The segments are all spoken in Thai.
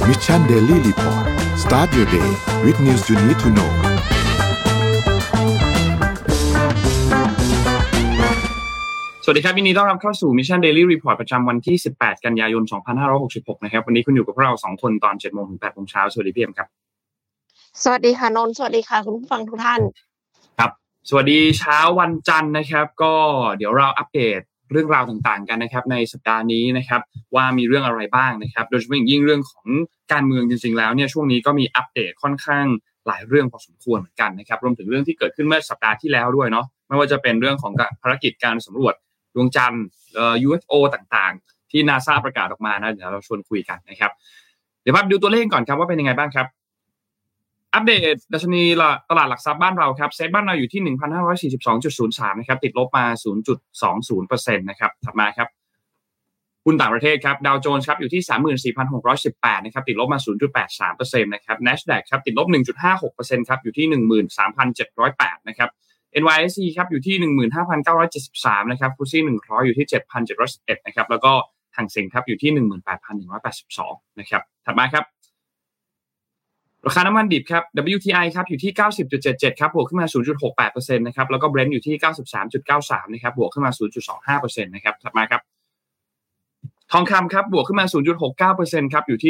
Mission Daily Report start your day with news you need to know สวัสดีครับยินดีต้อนรับเข้าสู่ Mission Daily Report ประจำวันที่18กันยายน2566นะครับวันนี้คุณอยู่กับพวกเรา2คนตอน 7:00 นถึง 8:00 นสวัสดีพี่เอ็มครับสวัสดีค่ะนนท์สวัสดีค่ะคุณผู้ฟังทุกท่านครับสวัสดีเช้าวันจันทร์นะครับก็เดี๋ยวเราอัปเดตเรื่องราวต่างๆกันนะครับในสัปดาห์นี้นะครับว่ามีเรื่องอะไรบ้างนะครับโดยเฉพาะยิ่งเรื่องของการเมืองจริงๆแล้วเนี่ยช่วงนี้ก็มีอัปเดตค่อนข้างหลายเรื่องพอสมควรเหมือนกันนะครับรวมถึงเรื่องที่เกิดขึ้นเมื่อสัปดาห์ที่แล้วด้วยเนาะไม่ว่าจะเป็นเรื่องของภารกิจการสำรวจดวงจันทร์UFO ต่างๆที่ NASA ประกาศออกมานะเดี๋ยวเราชวนคุยกันนะครับเดี๋ยวมาดูตัวเลขก่อนครับว่าเป็นยังไงบ้างครับอัปเดตดัชนีตลาดหลักทรัพย์บ้านเราครับเซ็ตบ้านเราอยู่ที่ 1,542.03 นะครับติดลบมา 0.20% นะครับถัดมาครับหุ้นต่างประเทศครับดาวโจนส์ครับอยู่ที่ 34,618 นะครับติดลบมา 0.83% นะครับ NASDAQ ครับติดลบ 1.56% ครับอยู่ที่ 13,708 นะครับNYSE ครับอยู่ที่ 15,973 นะครับฟุตซี่100อยู่ที่ 7,711 นะครับแล้วก็หางเส็งครับอยู่ที่ 18,182 นะครับถัดมาครับราคาน้ำมันดิบครับ WTI ครับอยู่ที่ 90.77 ครับบวกขึ้นมา 0.68% นะครับแล้วก็ Brent อยู่ที่ 93.93 นะครับบวกขึ้นมา 0.25% นะครับถัดมาครับทองคำครับบวกขึ้นมา 0.69% ครับอยู่ที่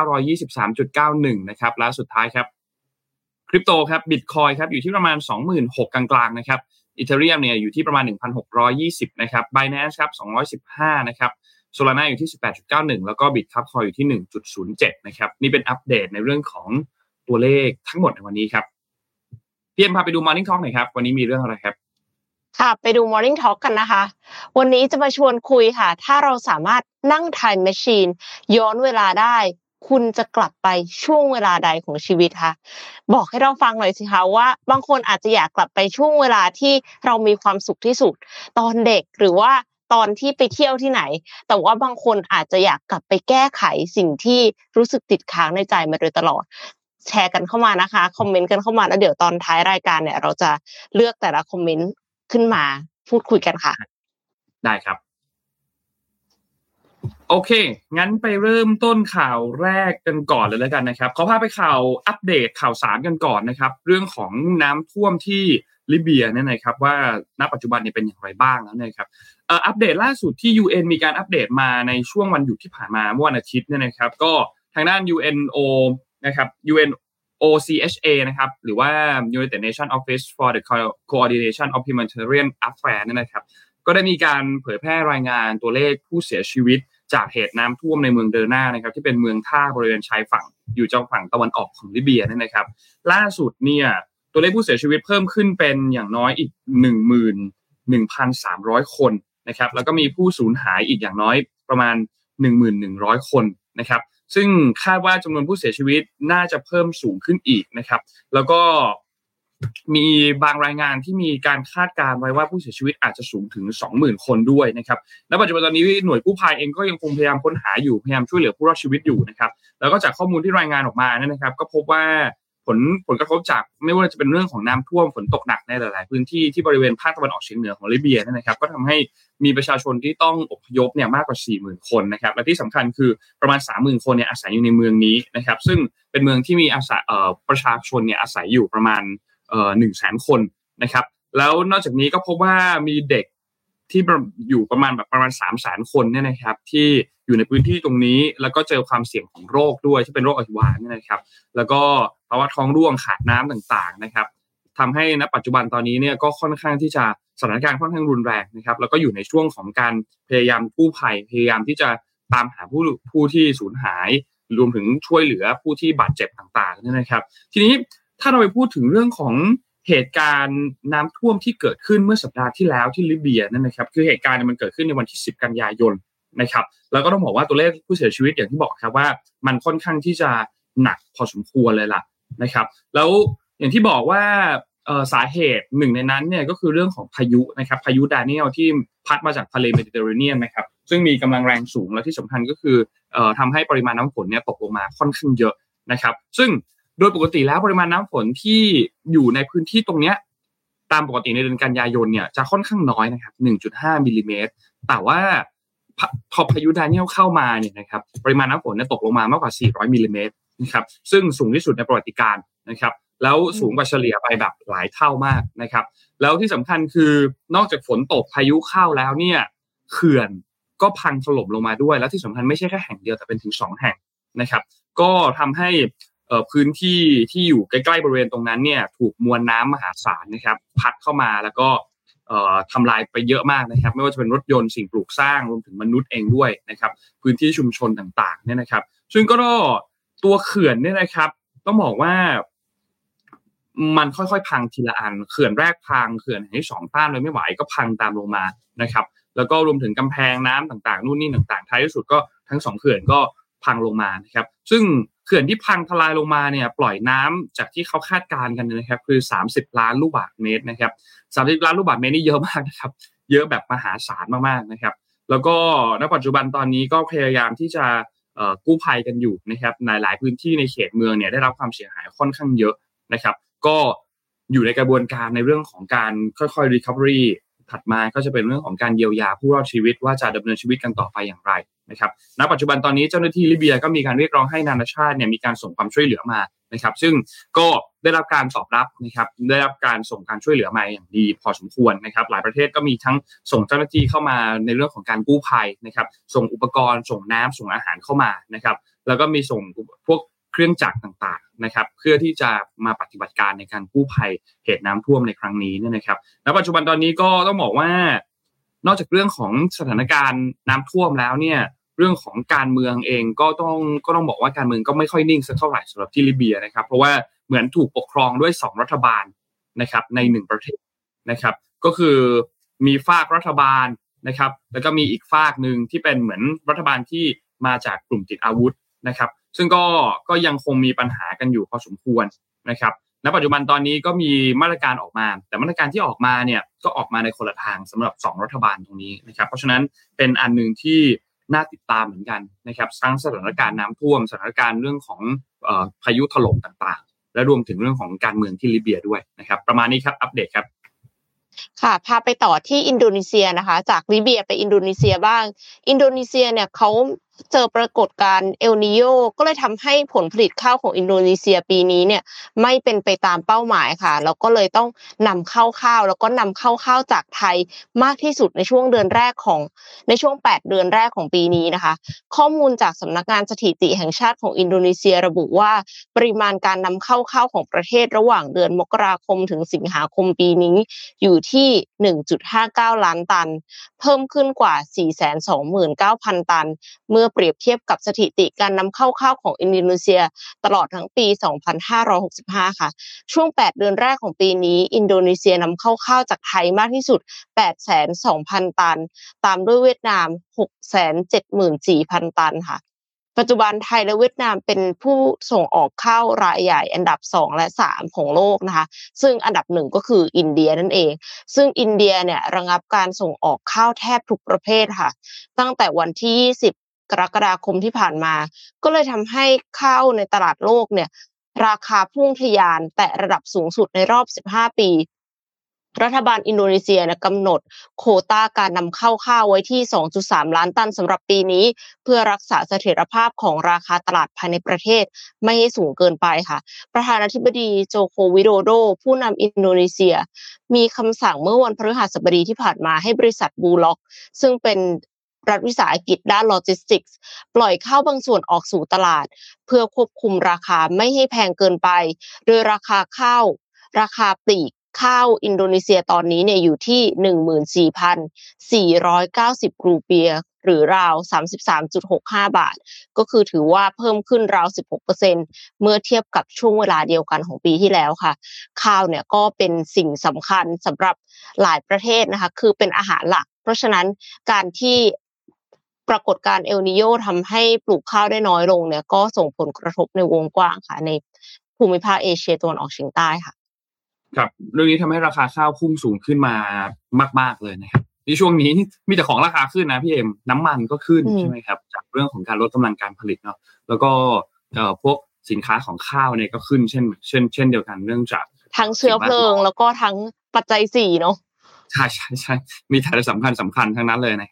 1,923.91 นะครับและสุดท้ายครับคริปโตครับบิตคอยครับอยู่ที่ประมาณ 26,000 กลางๆนะครับอีเธเรียมเนี่ยอยู่ที่ประมาณ 1,620 นะครับ Binance ครับ215นะครับ Solana อยู่ที่ 18.91 แล้วก็ Bitcoin อยู่ที่ 1.07 นะครับนี่เป็นอัปเดตในเรื่องของตัวเลขทั้งหมดในวันนี้ครับพี่เอ็มพาไปดู Morning Talk หน่อยครับวันนี้มีเรื่องอะไรครับค่ะไปดู Morning Talk กันนะคะวันนี้จะมาชวนคุยค่ะถ้าเราสามารถนั่ง Time Machine ย้อนเวลาได้คุณจะกลับไปช่วงเวลาใดของชีวิตคะบอกให้เราฟังหน่อยสิคะว่าบางคนอาจจะอยากกลับไปช่วงเวลาที่เรามีความสุขที่สุดตอนเด็กหรือว่าตอนที่ไปเที่ยวที่ไหนแต่ว่าบางคนอาจจะอยากกลับไปแก้ไขสิ่งที่รู้สึกติดค้างในใจมาโดยตลอดแชร์กันเข้ามานะคะคอมเมนต์กันเข้ามาแล้วเดี๋ยวตอนท้ายรายการเนี่ยเราจะเลือกแต่ละคอมเมนต์ขึ้นมาพูดคุยกันค่ะได้ครับโอเคงั้นไปเริ่มต้นข่าวแรกกันก่อนเลยแล้วกันนะครับขอพาไปข่าวอัปเดตข่าวสารกันก่อนนะครับเรื่องของน้ำท่วมที่ลิเบียเนี่ยนะครับว่าณปัจจุบันนี้เป็นอย่างไรบ้างแล้วนะครับอัปเดตล่าสุดที่ UN มีการอัปเดตมาในช่วงวันหยุดที่ผ่านมาเมื่อวันอาทิตย์เนี่ยนะครับก็ทางด้าน UNO นะครับ UNOCHA นะครับหรือว่า United Nations Office for the Coordination of Humanitarian Affairs เนี่ยนะครับก็ได้มีการเผยแพร่รายงานตัวเลขผู้เสียชีวิตจากเหตุน้ำท่วมในเมืองเดอร์นานะครับที่เป็นเมืองท่าบริเวณชายฝั่งอยู่จังฝั่งตะวันออกของลิเบียนั่นนะครับล่าสุดเนี่ยตัวเลขผู้เสียชีวิตเพิ่มขึ้นเป็นอย่างน้อยอีก 11,300 คนนะครับแล้วก็มีผู้สูญหายอีกอย่างน้อยประมาณ 1,100 คนนะครับซึ่งคาดว่าจำนวนผู้เสียชีวิตน่าจะเพิ่มสูงขึ้นอีกนะครับแล้วก็มีบางรายงานที่มีการคาดการณ์ไว้ว่าผู้เสียชีวิตอาจจะสูงถึง 20,000 คนด้วยนะครับและปัจจุบันตอนนี้หน่วยกู้ภัยเองก็ยังคงพยายามค้นหาอยู่พยายามช่วยเหลือผู้รอดชีวิตอยู่นะครับแล้วก็จากข้อมูลที่รายงานออกมานะครับก็พบว่าผลกระทบจากไม่ว่าจะเป็นเรื่องของน้ำท่วมฝนตกหนักในหลายๆพื้นที่ที่บริเวณภาคตะวันออกเฉียงเหนือของลิเบียนะครับก็ทำให้มีประชาชนที่ต้องอพยพเนี่ยมากกว่า 40,000 คนนะครับและที่สำคัญคือประมาณ 30,000 คนเนี่ยอาศัยอยู่ในเมืองนี้นะครับซึ่งเป็นเมืองที่มีประชาชนเนี่ยอาศัยอยู่ประมาณ100,000 คนนะครับแล้วนอกจากนี้ก็พบว่ามีเด็กที่อยู่ประมาณ 300,000 คนเนี่ยนะครับที่อยู่ในพื้นที่ตรงนี้แล้วก็เจอความเสี่ยงของโรคด้วยที่เป็นโรคอหิวาเนี่ยนะครับแล้วก็ภาวะท้องร่วงขาดน้ำต่างๆนะครับทำให้ณปัจจุบันตอนนี้เนี่ยก็ค่อนข้างที่จะสถานการณ์ค่อนข้างรุนแรงนะครับแล้วก็อยู่ในช่วงของการพยายามกู้ภัยพยายามที่จะตามหาผู้ที่สูญหายรวมถึงช่วยเหลือผู้ที่บาดเจ็บต่างๆเนี่ยนะครับทีนี้ถ้าเราไปพูดถึงเรื่องของเหตุการณ์น้ำท่วมที่เกิดขึ้นเมื่อสัปดาห์ที่แล้วที่ลิเบียนั่นนะครับคือเหตุการณ์มันเกิดขึ้นในวันที่10 กันยายนนะครับแล้วก็ต้องบอกว่าตัวเลขผู้เสียชีวิตอย่างที่บอกครับว่ามันค่อนข้างที่จะหนักพอสมควรเลยล่ะนะครับแล้วอย่างที่บอกว่าสาเหตุหนึ่งในนั้นเนี่ยก็คือเรื่องของพายุนะครับพายุดาเนียลที่พัดมาจากทะเลเมดิเตอร์เรเนียนนะครับซึ่งมีกำลังแรงสูงและที่สำคัญก็คือทำให้ปริมาณน้ำฝนเนี่ยตกลงมาค่อนข้างเยอะนะครับซึ่งโดยปกติแล้วปริมาณน้ำฝนที่อยู่ในพื้นที่ตรงเนี้ยตามปกติในเดือนกันยายนเนี่ยจะค่อนข้างน้อยนะครับ 1.5 มิลลิเมตรแต่ว่าพอพายุดาเนียลเข้ามาเนี่ยนะครับปริมาณน้ำฝนเนี่ยตกลงมามากกว่า400มิลลิเมตรนะครับซึ่งสูงที่สุดในประวัติการณ์นะครับแล้วสูงกว่าเฉลี่ยไปแบบหลายเท่ามากนะครับแล้วที่สำคัญคือนอกจากฝนตกพายุเข้าแล้วเนี่ยเขื่อนก็พังถล่มลงมาด้วยแล้วที่สำคัญไม่ใช่แค่แห่งเดียวแต่เป็นถึง2แห่งนะครับก็ทำให้พื้นที่ที่อยู่ใกล้ๆบริเวณตรงนั้นเนี่ยถูกมวลน้ำมหาศาลนะครับพัดเข้ามาแล้วก็ทำลายไปเยอะมากนะครับไม่ว่าจะเป็นรถยนต์สิ่งปลูกสร้างรวมถึงมนุษย์เองด้วยนะครับพื้นที่ชุมชนต่างๆเนี่ยนะครับซึ่งก็ตัวเขื่อนเนี่ยนะครับต้องบอกว่ามันค่อยๆพังทีละอันเขื่อนแรกพังเขื่อนแห่งที่2ต้านเลยไม่ไหวก็พังตามลงมานะครับแล้วก็รวมถึงกำแพงน้ำต่างๆนู่นนี่ต่างๆท้ายที่สุดก็ทั้ง2เขื่อนก็พังลงมานะครับซึ่งเขื่อนที่พังทลายลงมาเนี่ยปล่อยน้ำจากที่เขาคาดการณ์กันนะครับคือ30ล้านลูกบาศก์เมตรนะครับ30ล้านลูกบาศก์เมตรนี่เยอะมากนะครับเยอะแบบมหาศาลมากๆนะครับแล้วก็ณปัจจุบันตอนนี้ก็พยายามที่จะกู้ภัยกันอยู่นะครับหลายๆพื้นที่ในเขตเมืองเนี่ยได้รับความเสียหายค่อนข้างเยอะนะครับก็อยู่ในกระบวนการในเรื่องของการค่อยๆ recovery ถัดมาก็จะเป็นเรื่องของการเยียวยาผู้รอดชีวิตว่าจะดำเนินชีวิตกันต่อไปอย่างไรนะครับณปัจจุบันตอนนี้เจ้าหน้าที่ลิเบียก็มีการเรียกร้องให้นานาชาติเนี่ยมีการส่งความช่วยเหลือมานะครับซึ่งก็ได้รับการตอบรับนะครับได้รับการส่งการช่วยเหลือมาอย่างดีพอสมควรนะครับหลายประเทศก็มีทั้งส่งเจ้าหน้าที่เข้ามาในเรื่องของการกู้ภัยนะครับส่งอุปกรณ์ส่งน้ำส่งอาหารเข้ามานะครับแล้วก็มีส่งพวกเครื่องจักรต่างๆนะครับเพื่อที่จะมาปฏิบัติการในการกู้ภัยเหตุน้ำท่วมในครั้งนี้เนี่ยนะครับณปัจจุบันตอนนี้ก็ต้องบอกว่านอกจากเรื่องของสถานการณ์น้ำท่วมแล้วเนี่ยเรื่องของการเมืองเองก็ต้องบอกว่าการเมืองก็ไม่ค่อยนิ่งสักเท่าไหร่สำหรับที่ลิเบียนะครับเพราะว่าเหมือนถูกปกครองด้วย2รัฐบาลนะครับใน1ประเทศนะครับก็คือมีฝากรัฐบาลนะครับแล้วก็มีอีกฝากนึงที่เป็นเหมือนรัฐบาลที่มาจากกลุ่มติดอาวุธนะครับซึ่งก็ยังคงมีปัญหากันอยู่พอสมควรนะครับณปัจจุบันตอนนี้ก็มีมาตรการออกมาแต่มาตรการที่ออกมาเนี่ยก็ออกมาในคนละทางสำหรับ2รัฐบาลตรงนี้นะครับเพราะฉะนั้นเป็นอันนึงที่น่าติดตามเหมือนกันนะครับทั้งสถานการณ์น้ำท่วมสถานการณ์เรื่องของพายุถล่มต่างๆและรวมถึงเรื่องของการเมืองที่ลิเบียด้วยนะครับประมาณนี้ครับอัปเดตครับค่ะพาไปต่อที่อินโดนีเซียนะคะจากลิเบียไปอินโดนีเซียบ้างอินโดนีเซียเนี่ยเขาเจอปรากฏการณ์เอลนีโญก็เลยทำให้ผลผลิตข้าวของอินโดนีเซียปีนี้เนี่ยไม่เป็นไปตามเป้าหมายค่ะแล้วก็เลยต้องนำเข้าข้าวแล้วก็นำเข้าข้าวจากไทยมากที่สุดในช่วง8 เดือนแรกของปีนี้นะคะข้อมูลจากสำนักงานสถิติแห่งชาติของอินโดนีเซียระบุว่าปริมาณการนำเข้าข้าวของประเทศระหว่างเดือนมกราคมถึงสิงหาคมปีนี้อยู่ที่ 1.59 ล้านตันเพิ่มขึ้นกว่า 429,000 ตันเมื่อเปรียบเทียบกับสถิติการนำเข้าข้าวของอินโดนีเซียตลอดทั้งปี 2565 ค่ะช่วง8 เดือนแรกของปีนี้อินโดนีเซียนำเข้าข้าวจากไทยมากที่สุด 820,000 ตันตามด้วยเวียดนาม 674,000 ตันค่ะปัจจุบันไทยและเวียดนามเป็นผู้ส่งออกข้าวรายใหญ่อันดับ2และ3ของโลกนะคะซึ่งอันดับ1ก็คืออินเดียนั่นเองซึ่งอินเดียเนี่ยระงับการส่งออกข้าวแทบทุกประเภทค่ะตั้งแต่วันที่20กรกฎาคมที่ผ่านมาก็เลยทำให้ข้าวในตลาดโลกเนี่ยราคาพุ่งทะยานแตะระดับสูงสุดในรอบ15 ปีรัฐบาลอินโดนีเซียกำหนดโควต้าการนำเข้าข้าวไว้ที่ 2.3 ล้านตันสำหรับปีนี้เพื่อรักษาเสถียรภาพของราคาตลาดภายในประเทศไม่ให้สูงเกินไปค่ะประธานาธิบดีโจโควิโดโดผู้นำอินโดนีเซียมีคำสั่งเมื่อวันพฤหัสบดีที่ผ่านมาให้บริษัทบูล็อกซึ่งเป็นรัฐวิสาหกิจด้านโลจิสติกส์ปล่อยข้าวบางส่วนออกสู่ตลาดเพื่อควบคุมราคาไม่ให้แพงเกินไปโดยราคาปลีกข้าวอินโดนีเซียตอนนี้เนี่ยอยู่ที่ 14,490 รูเปียหรือราว 33.65 บาทก็คือถือว่าเพิ่มขึ้นราว 16% เมื่อเทียบกับช่วงเวลาเดียวกันของปีที่แล้วค่ะข้าวเนี่ยก็เป็นสิ่งสำคัญสำหรับหลายประเทศนะคะคือเป็นอาหารหลักเพราะฉะนั้นการที่ปรากฏการณ์เอลนีโญทำให้ปลูกข้าวได้น้อยลงเนี่ยก็ส่งผลกระทบในวงกว้างค่ะในภูมิภาคเอเชียตะวันออกเฉียงใต้ค่ะครับเรื่องนี้ทำให้ราคาข้าวพุ่งสูงขึ้นมามากๆเลยนะครับในช่วงนี้มีแต่ของราคาขึ้นนะพี่เอ็มน้ำมันก็ขึ้นใช่ไหมครับจากเรื่องของการลดกำลังการผลิตเนาะแล้วก็พวกสินค้าของข้าวเนี่ยก็ขึ้นเช่นเดียวกันเนื่องจากทั้งเชื้อเพลิงแล้วก็ทั้งปัจจัย4เนาะใช่มีฐานสำคัญทั้งนั้นเลยนะครับ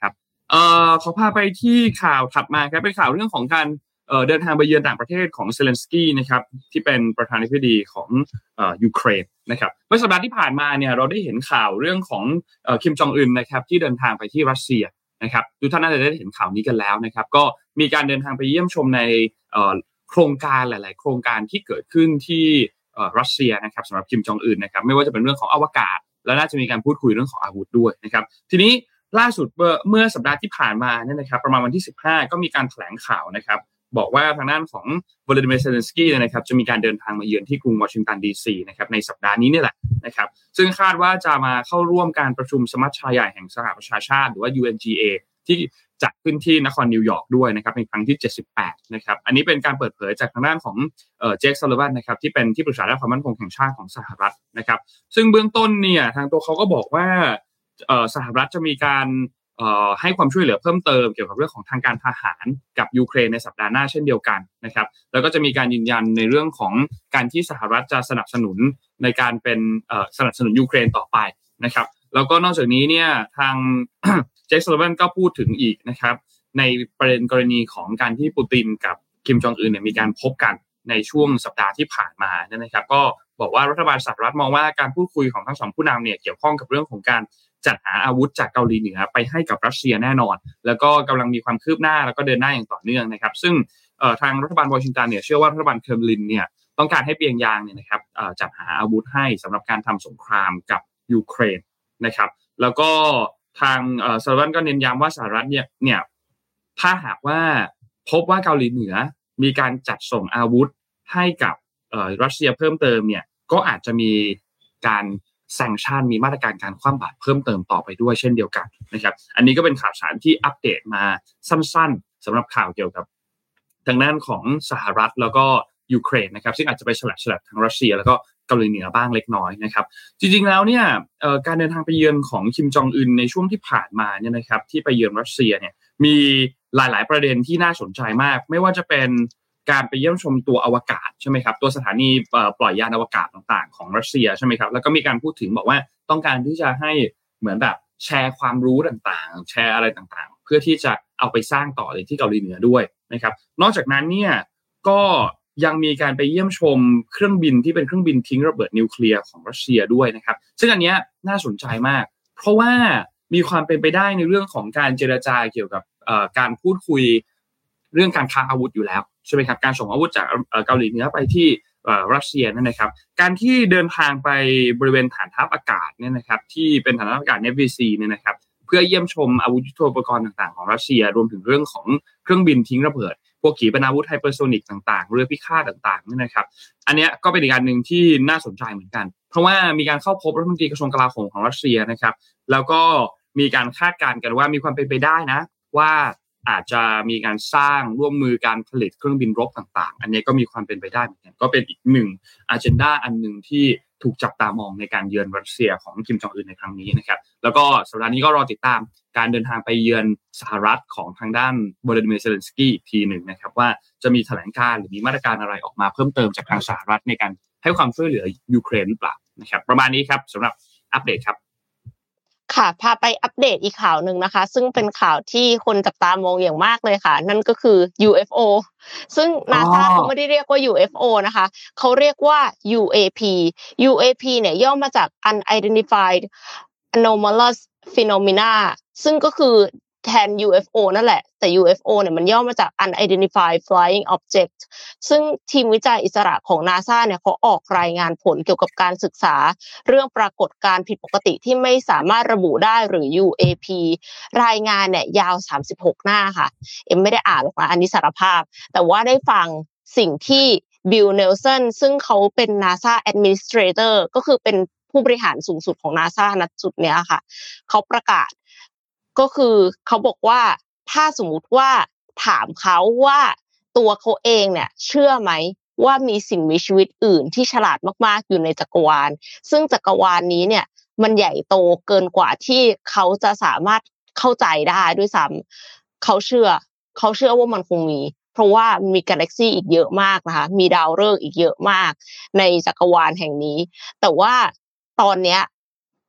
ขอพาไปที่ข่าวถัดมาครับเป็นข่าวเรื่องของการเดินทางไปเยือนต่างประเทศของเซเลนสกี้นะครับที่เป็นประธานาธิบดีของยูเครนนะครับเมื่อสัปดาห์ที่ผ่านมาเนี่ยเราได้เห็นข่าวเรื่องของคิมจองอึนนะครับที่เดินทางไปที่รัสเซียนะครับทุกท่านน่าจะได้เห็นข่าวนี้กันแล้วนะครับก็มีการเดินทางไปเยี่ยมชมในโครงการหลายๆโครงการที่เกิดขึ้นที่รัสเซียนะครับสำหรับคิมจองอึนนะครับไม่ว่าจะเป็นเรื่องของอวกาศและน่าจะมีการพูดคุยเรื่องของอาวุธด้วยนะครับทีนี้ล่าสุดเมื่อสัปดาห์ที่ผ่านมาเนี่ยนะครับประมาณวันที่15ก็มีการแถลงข่าวนะครับบอกว่าทางด้านของวลาดิเมียร์ เซเลนสกี้นะครับจะมีการเดินทางมาเยือนที่กรุงวอชิงตันดีซีนะครับในสัปดาห์นี้นี่แหละนะครับซึ่งคาดว่าจะมาเข้าร่วมการประชุมสมัชชาใหญ่แห่งสหประชาชาติหรือว่า UNGA ที่จัดขึ้นที่นครนิวยอร์กด้วยนะครับเป็นครั้งที่78นะครับอันนี้เป็นการเปิดเผยจากทางด้านของเจค ซัลลิวันนะครับที่เป็นที่ปรึกษาด้านความมั่นคงแห่งชาติของสหรัฐนะครับซึ่งเบื้องต้นเนี่ยทางตัวเขาก็บอกว่าสหรัฐจะมีการให้ความช่วยเหลือเพิ่มเติมเกี่ยวกับเรื่องของทางการทหารกับยูเครนในสัปดาห์หน้าเช่นเดียวกันนะครับแล้วก็จะมีการยืนยันในเรื่องของการที่สหรัฐจะสนับสนุนในการเป็นสนับสนุนยูเครนต่อไปนะครับแล้วก็นอกจากนี้เนี่ยทาง เจค ซัลลิวันก็พูดถึงอีกนะครับในประเด็นกรณีของการที่ปูตินกับคิมจองอึนเนี่ยมีการพบกันในช่วงสัปดาห์ที่ผ่านมานะครับก็บอกว่ารัฐบาลสหรัฐมองว่าการพูดคุยของทั้งสองผู้นำเนี่ยเกี่ยวข้องกับเรื่องของการจัดหาอาวุธจากเกาหลีเหนือไปให้กับรัสเซียแน่นอนแล้วก็กำลังมีความคืบหน้าแล้วก็เดินหน้าอย่างต่อเนื่องนะครับซึ่งทางรัฐบาลวอชิงตันเนี่ยเชื่อว่ารัฐบาลเครมลินเนี่ยต้องการให้เปียงยางเนี่ยนะครับจัดหาอาวุธให้สำหรับการทำสงครามกับยูเครนนะครับแล้วก็ทางซัลลิวันก็เน้นย้ำว่าสหรัฐเนี่ยถ้าหากว่าพบว่าเกาหลีเหนือมีการจัดส่งอาวุธให้กับรัสเซียเพิ่มเติมเนี่ยก็อาจจะมีการแซงชั่นมีมาตรการการคว่ำบาตรเพิ่มเติมต่อไปด้วยเช่นเดียวกันนะครับอันนี้ก็เป็นข่าวสารที่อัปเดตมาสั้นๆสำหรับข่าวเกี่ยวกับทางด้านของสหรัฐแล้วก็ยูเครนนะครับซึ่งอาจจะไปฉลับทางรัสเซียแล้วก็เกาหลีเหนือบ้างเล็กน้อยนะครับจริงๆแล้วเนี่ยการเดินทางไปเยือนของคิมจองอึนในช่วงที่ผ่านมาเนี่ยนะครับที่ไปเยือนรัสเซียเนี่ยมีหลายๆประเด็นที่น่าสนใจมากไม่ว่าจะเป็นการไปเยี่ยมชมตัวอวกาศใช่ไหมครับตัวสถานีปล่อยยานอวกาศต่างๆของรัสเซียใช่ไหมครับแล้วก็มีการพูดถึงบอกว่าต้องการที่จะให้เหมือนแบบแชร์ความรู้ต่างๆแชร์อะไรต่างๆเพื่อที่จะเอาไปสร้างต่อเลยที่เกาหลีเหนือด้วยนะครับนอกจากนั้นเนี่ยก็ยังมีการไปเยี่ยมชมเครื่องบินที่เป็นเครื่องบินทิ้งระเบิดนิวเคลียร์ของรัสเซียด้วยนะครับซึ่งอันนี้น่าสนใจมากเพราะว่ามีความเป็นไปได้ในเรื่องของการเจรจาเกี่ยวกับการพูดคุยเรื่องการค้าอาวุธอยู่แล้วใช่ไหมครับการส่งอาวุธจากเกาหลีเหนือไปที่รัสเซียนั่นนะครับการที่เดินทางไปบริเวณฐานทัพอากาศเนี่ยนะครับที่เป็นฐานทัพอากาศ NVC เนี่ยนะครับเพื่อเยี่ยมชมอาวุธยุทโธปกรณ์ต่างๆของรัสเซียรวมถึงเรื่องของเครื่องบินทิ้งระเบิดพวกขีปนาวุธไฮเปอร์โซนิกต่างๆเรือพิฆาตต่างๆนี่นะครับอันนี้ก็เป็นอีกอันนึงที่น่าสนใจเหมือนกันเพราะว่ามีการเข้าพบรัฐมนตรีกระทรวงกลาโหมของรัสเซียนะครับแล้วก็มีการคาดการณ์กันว่ามีความเป็นไปได้นะว่าอาจจะมีการสร้างร่วมมือการผลิตเครื่องบินรบต่างๆอันนี้ก็มีความเป็นไปได้เหมือนกันก็เป็นอีกหนึ่งอเจนดาอันนึงที่ถูกจับตามองในการเยือนรัสเซียของคิมจองอึนในครั้งนี้นะครับแล้วก็สัปดาห์นี้ก็รอติดตามการเดินทางไปเยือนสหรัฐของทางด้านวลาดิเมียร์ เซเลนสกี้อีกทีหนึ่งนะครับว่าจะมีแถลงการณ์หรือมีมาตรการอะไรออกมาเพิ่มเติมจากทางสหรัฐในการให้ความช่วยเหลือยูเครนหรือเปล่านะครับประมาณนี้ครับสำหรับอัปเดตครับค่ะพาไปอัปเดตอีกข่าวหนึ่งนะคะซึ่งเป็นข่าวที่คนจับตามองอย่างมากเลยค่ะนั่นก็คือ UFO ซึ่ง NASA เขาไม่ได้เรียกว่า UFO นะคะเขาเรียกว่า UAP UAP เนี่ยย่อมาจาก Unidentified Anomalous Phenomena ซึ่งก็คือแทน UFO นั่นแหละแต่ UFO เนี่ยมันย่อมาจาก Unidentified Flying Object ซึ่งทีมวิจัยอิสระของ NASA เนี่ยเขาออกรายงานผลเกี่ยวกับการศึกษาเรื่องปรากฏการณ์ผิดปกติที่ไม่สามารถระบุได้หรือ UAP รายงานเนี่ยยาว36หน้าค่ะไม่ได้อ่านหรอกนะอันนี้สารภาพแต่ว่าได้ฟังสิ่งที่บิล เนลสันซึ่งเขาเป็น NASA Administrator ก็คือเป็นผู้บริหารสูงสุดของ NASA ณจุดเนี้ยค่ะเขาประกาศก็คือเขาบอกว่าถ้าสมมุติว่าถามเขาว่าตัวเขาเองเนี่ยเชื่อไหมว่ามีสิ่งมีชีวิตอื่นที่ฉลาดมากๆอยู่ในจักรวาลซึ่งจักรวาลนี้เนี่ยมันใหญ่โตเกินกว่าที่เขาจะสามารถเข้าใจได้ด้วยซ้ำเขาเชื่อว่ามันคงมีเพราะว่ามีกาแล็กซี่อีกเยอะมากนะคะมีดาวฤกษ์อีกเยอะมากในจักรวาลแห่งนี้แต่ว่าตอนเนี้ย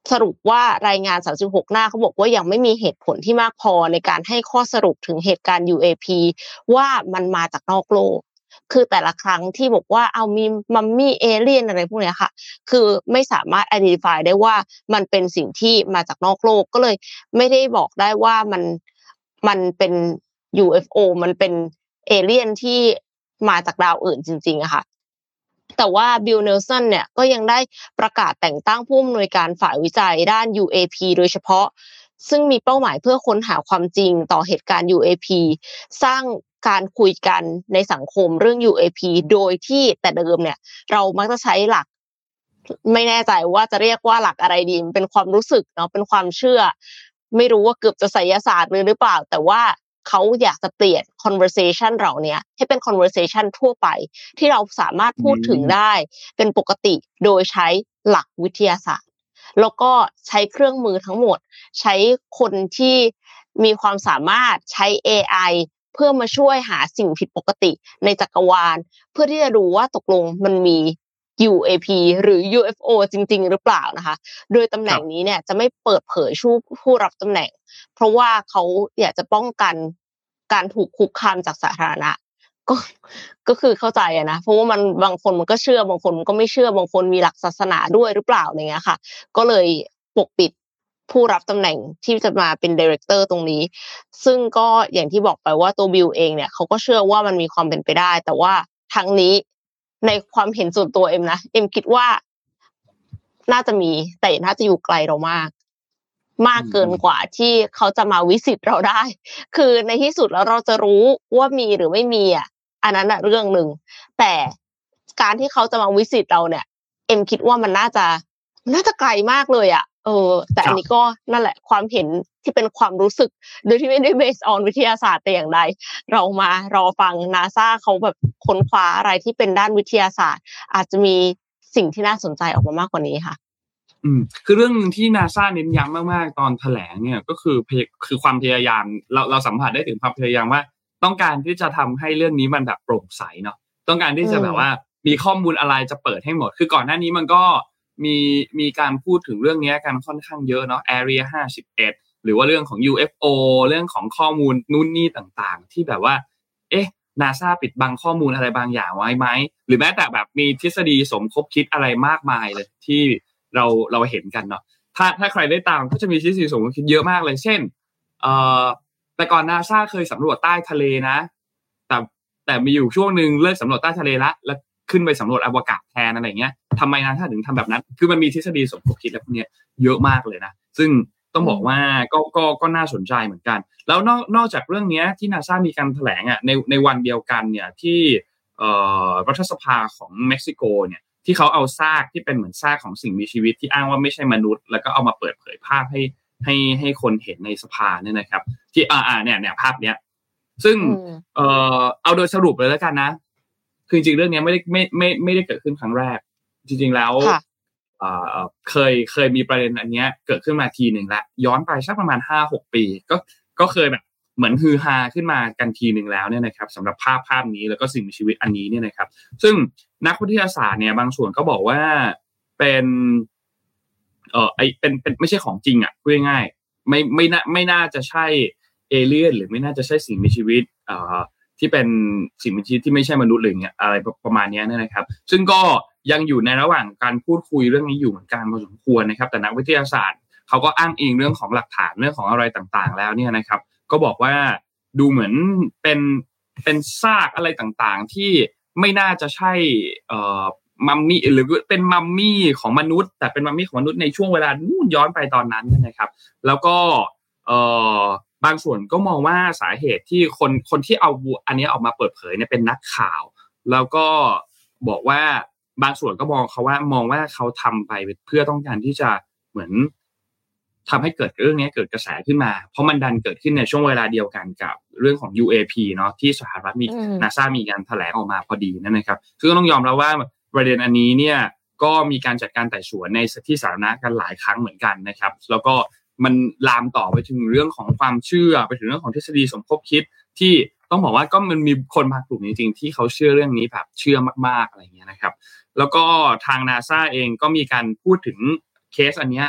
สรุปว่ารายงาน36หน้าเขาบอกว่ายังไม่มีเหตุผลที่มากพอในการให้ข้อสรุปถึงเหตุการณ์ UAP ว่ามันมาจากนอกโลกคือแต่ละครั้งที่บอกว่าเอามีมัมมี่เอเลี่ยนอะไรพวกนี้ค่ะคือไม่สามารถ identify ได้ว่ามันเป็นสิ่งที่มาจากนอกโลกก็เลยไม่ได้บอกได้ว่ามันเป็น UFO มันเป็นเอเลี่ยนที่มาจากดาวอื่นจริงๆอะค่ะแต่ว่าบิล เนลสันเนี่ยก็ยังได้ประกาศแต่งตั้งผู้อำนวยการฝ่ายวิจัยด้าน UAP โดยเฉพาะซึ่งมีเป้าหมายเพื่อค้นหาความจริงต่อเหตุการณ์ UAP สร้างการคุยกันในสังคมเรื่อง UAP โดยที่แต่เดิมเนี่ยเรามักจะใช้หลักไม่แน่ใจว่าจะเรียกว่าหลักอะไรดีเป็นความรู้สึกเนาะเป็นความเชื่อไม่รู้ว่าเกือบจะไสยศาสตร์หรือเปล่าแต่ว่าเขาอยากจะเปลี่ยน conversation เราเนี่ยให้เป็น conversation ทั่วไปที่เราสามารถพูดถึงได้เป็นปกติโดยใช้หลักวิทยาศาสตร์แล้วก็ใช้เครื่องมือทั้งหมดใช้คนที่มีความสามารถใช้ AI เพื่อมาช่วยหาสิ่งผิดปกติในจักรวาลเพื่อที่จะดูว่าตกลงมันมี UAP หรือ UFO จริงๆหรือเปล่านะคะโดยตำแหน่งนี้เนี่ยจะไม่เปิดเผยชื่อผู้รับตำแหน่งเพราะว่าเขาอยากจะป้องกันการถูกคุกคามจากสาธารณะก็คือเข้าใจอะนะเพราะว่ามันบางคนมันก็เชื่อบางคนมันก็ไม่เชื่อบางคนมีหลักศาสนาด้วยหรือเปล่าอย่างเงี้ยค่ะก็เลยปกปิดผู้รับตำแหน่งที่จะมาเป็นไดเรคเตอร์ตรงนี้ซึ่งก็อย่างที่บอกไปว่าตัวบิลเองเนี่ยเขาก็เชื่อว่ามันมีความเป็นไปได้แต่ว่าทั้งนี้ในความเห็นส่วนตัวเอ็มนะเอ็มคิดว่าน่าจะมีแต่น่าจะอยู่ไกลเรามากเกินกว่าที่เขาจะมาวิสิตเราได้คือในที่สุดแล้วเราจะรู้ว่ามีหรือไม่มีอ่ะอันนั้นน่ะเรื่องนึงแต่การที่เขาจะมาวิสิตเราเนี่ยเอ็มคิดว่ามันน่าจะไกลมากเลยอ่ะแต่อันนี้ก็นั่นแหละความเห็นที่เป็นความรู้สึกโดยที่ไม่ได้ based on วิทยาศาสตร์แต่อย่างใดเรามารอฟัง NASA เขาแบบค้นคว้าอะไรที่เป็นด้านวิทยาศาสตร์อาจจะมีสิ่งที่น่าสนใจออกมามากกว่านี้ค่ะคือเรื่องนึงที่ NASA เน้นย้ำมากๆตอนแถลงเนี่ยก็คือความพยายามเราสัมผัสได้ถึงความพยายามว่าต้องการที่จะทำให้เรื่องนี้มันแบบโปร่งใสเนาะต้องการที่จะแบบว่ามีข้อมูลอะไรจะเปิดให้หมดคือก่อนหน้านี้มันก็มีการพูดถึงเรื่องนี้กันค่อนข้างเยอะเนาะ Area 51หรือว่าเรื่องของ UFO เรื่องของข้อมูลนู่นนี่ต่างๆที่แบบว่าNASA ปิดบังข้อมูลอะไรบางอย่างไว้ไหมหรือแม้แต่แบบมีทฤษฎีสมคบคิดอะไรมากมายเลยที่เราเห็นกันเนาะถ้าใครได้ตามก็จะมีทฤษฎีสมคบคิดเยอะมากเลยเช่นแต่ก่อน NASA เคยสำรวจใต้ทะเลนะแต่มีอยู่ช่วงนึงเลิกสำรวจใต้ทะเลแล้วขึ้นไปสำรวจอวกาศแทนอะไรเงี้ยทำไม NASA ถึงทำแบบนั้นคือมันมีทฤษฎีสมคบคิดอะไรพวกนี้เยอะมากเลยนะซึ่งต้องบอกว่าก็น่าสนใจเหมือนกันแล้วนอกจากเรื่องนี้ที่ NASA มีการแถลงอ่ะในวันเดียวกันเนี่ยที่รัฐสภาของเม็กซิโกเนี่ยที่เขาเอาซากที่เป็นเหมือนซากของสิ่งมีชีวิตที่อ้างว่าไม่ใช่มนุษย์แล้วก็เอามาเปิดเผยภาพให้คนเห็นในสภาเนี่ยนะครับที่เนี่ยภาพเนี้ยซึ่งเอาโดยสรุปเลยแล้วกันนะคือจริงๆเรื่องนี้ไม่ได้เกิดขึ้นครั้งแรกจริงๆแล้วเคยมีประเด็นอันเนี้ยเกิดขึ้นมาทีนึงแล้วย้อนไปสักประมาณ 5-6 ปีก็เคยแบบเหมือนฮือฮาขึ้นมากันทีนึงแล้วเนี่ยนะครับสำหรับภาพนี้แล้วก็สิ่งมีชีวิตอันนี้เนี่ยนะครับซึ่งนักวิทยาศาสตร์เนี่ยบางส่วนก็บอกว่าเป็นเป็นไม่ใช่ของจริงอ่ะพูดง่ายๆไม่น่าจะใช่เอเลี่ยนหรือไม่น่าจะใช่สิ่งมีชีวิตที่เป็นสิ่งมีชีวิตที่ไม่ใช่มนุษย์หรืออย่างเงี้ยอะไรประมาณนี้นะครับซึ่งก็ยังอยู่ในระหว่างการพูดคุยเรื่องนี้อยู่เหมือนกันพอสมควรนะครับแต่นักวิทยาศาสตร์เขาก็อ้างอิงเรื่องของหลักฐานเรื่องของอะไรต่างๆแล้วเนี่ยนะครับก็บอกว่าดูเหมือนเป็นซากอะไรต่างๆที่ไม่น่าจะใช่มัมมี่หรือเป็นมัมมี่ของมนุษย์แต่เป็นมัมมี่ของมนุษย์ในช่วงเวลานู่นย้อนไปตอนนั้นนะครับแล้วก็บางส่วนก็มองว่าสาเหตุที่คนที่เอาอันนี้ออกมาเปิดเผยเนี่ยเป็นนักข่าวแล้วก็บอกว่าบางส่วนก็มองว่าเขาทำไปเพื่อต้องการที่จะเหมือนทำให้เกิดเรื่องนี้เกิดกระแสขึ้นมาเพราะมันดันเกิดขึ้นในช่วงเวลาเดียวกันกับเรื่องของ UAP เนาะที่สหรัฐมี NASA มีการแถลงออกมาพอดีนั่นนะครับซึ่งต้องยอมรับว่าประเด็นอันนี้เนี่ยก็มีการจัดการไต่สวนในที่สาธารณะกันหลายครั้งเหมือนกันนะครับแล้วก็มันลามต่อไปถึงเรื่องของความเชื่อไปถึงเรื่องของทฤษฎีสมคบคิดที่ต้องบอกว่าก็มันมีคนบางกลุ่มจริงๆที่เขาเชื่อเรื่องนี้แบบเชื่อมากๆอะไรอย่างเงี้ยนะครับแล้วก็ทาง NASA เองก็มีการพูดถึงเคสอันเนี้ย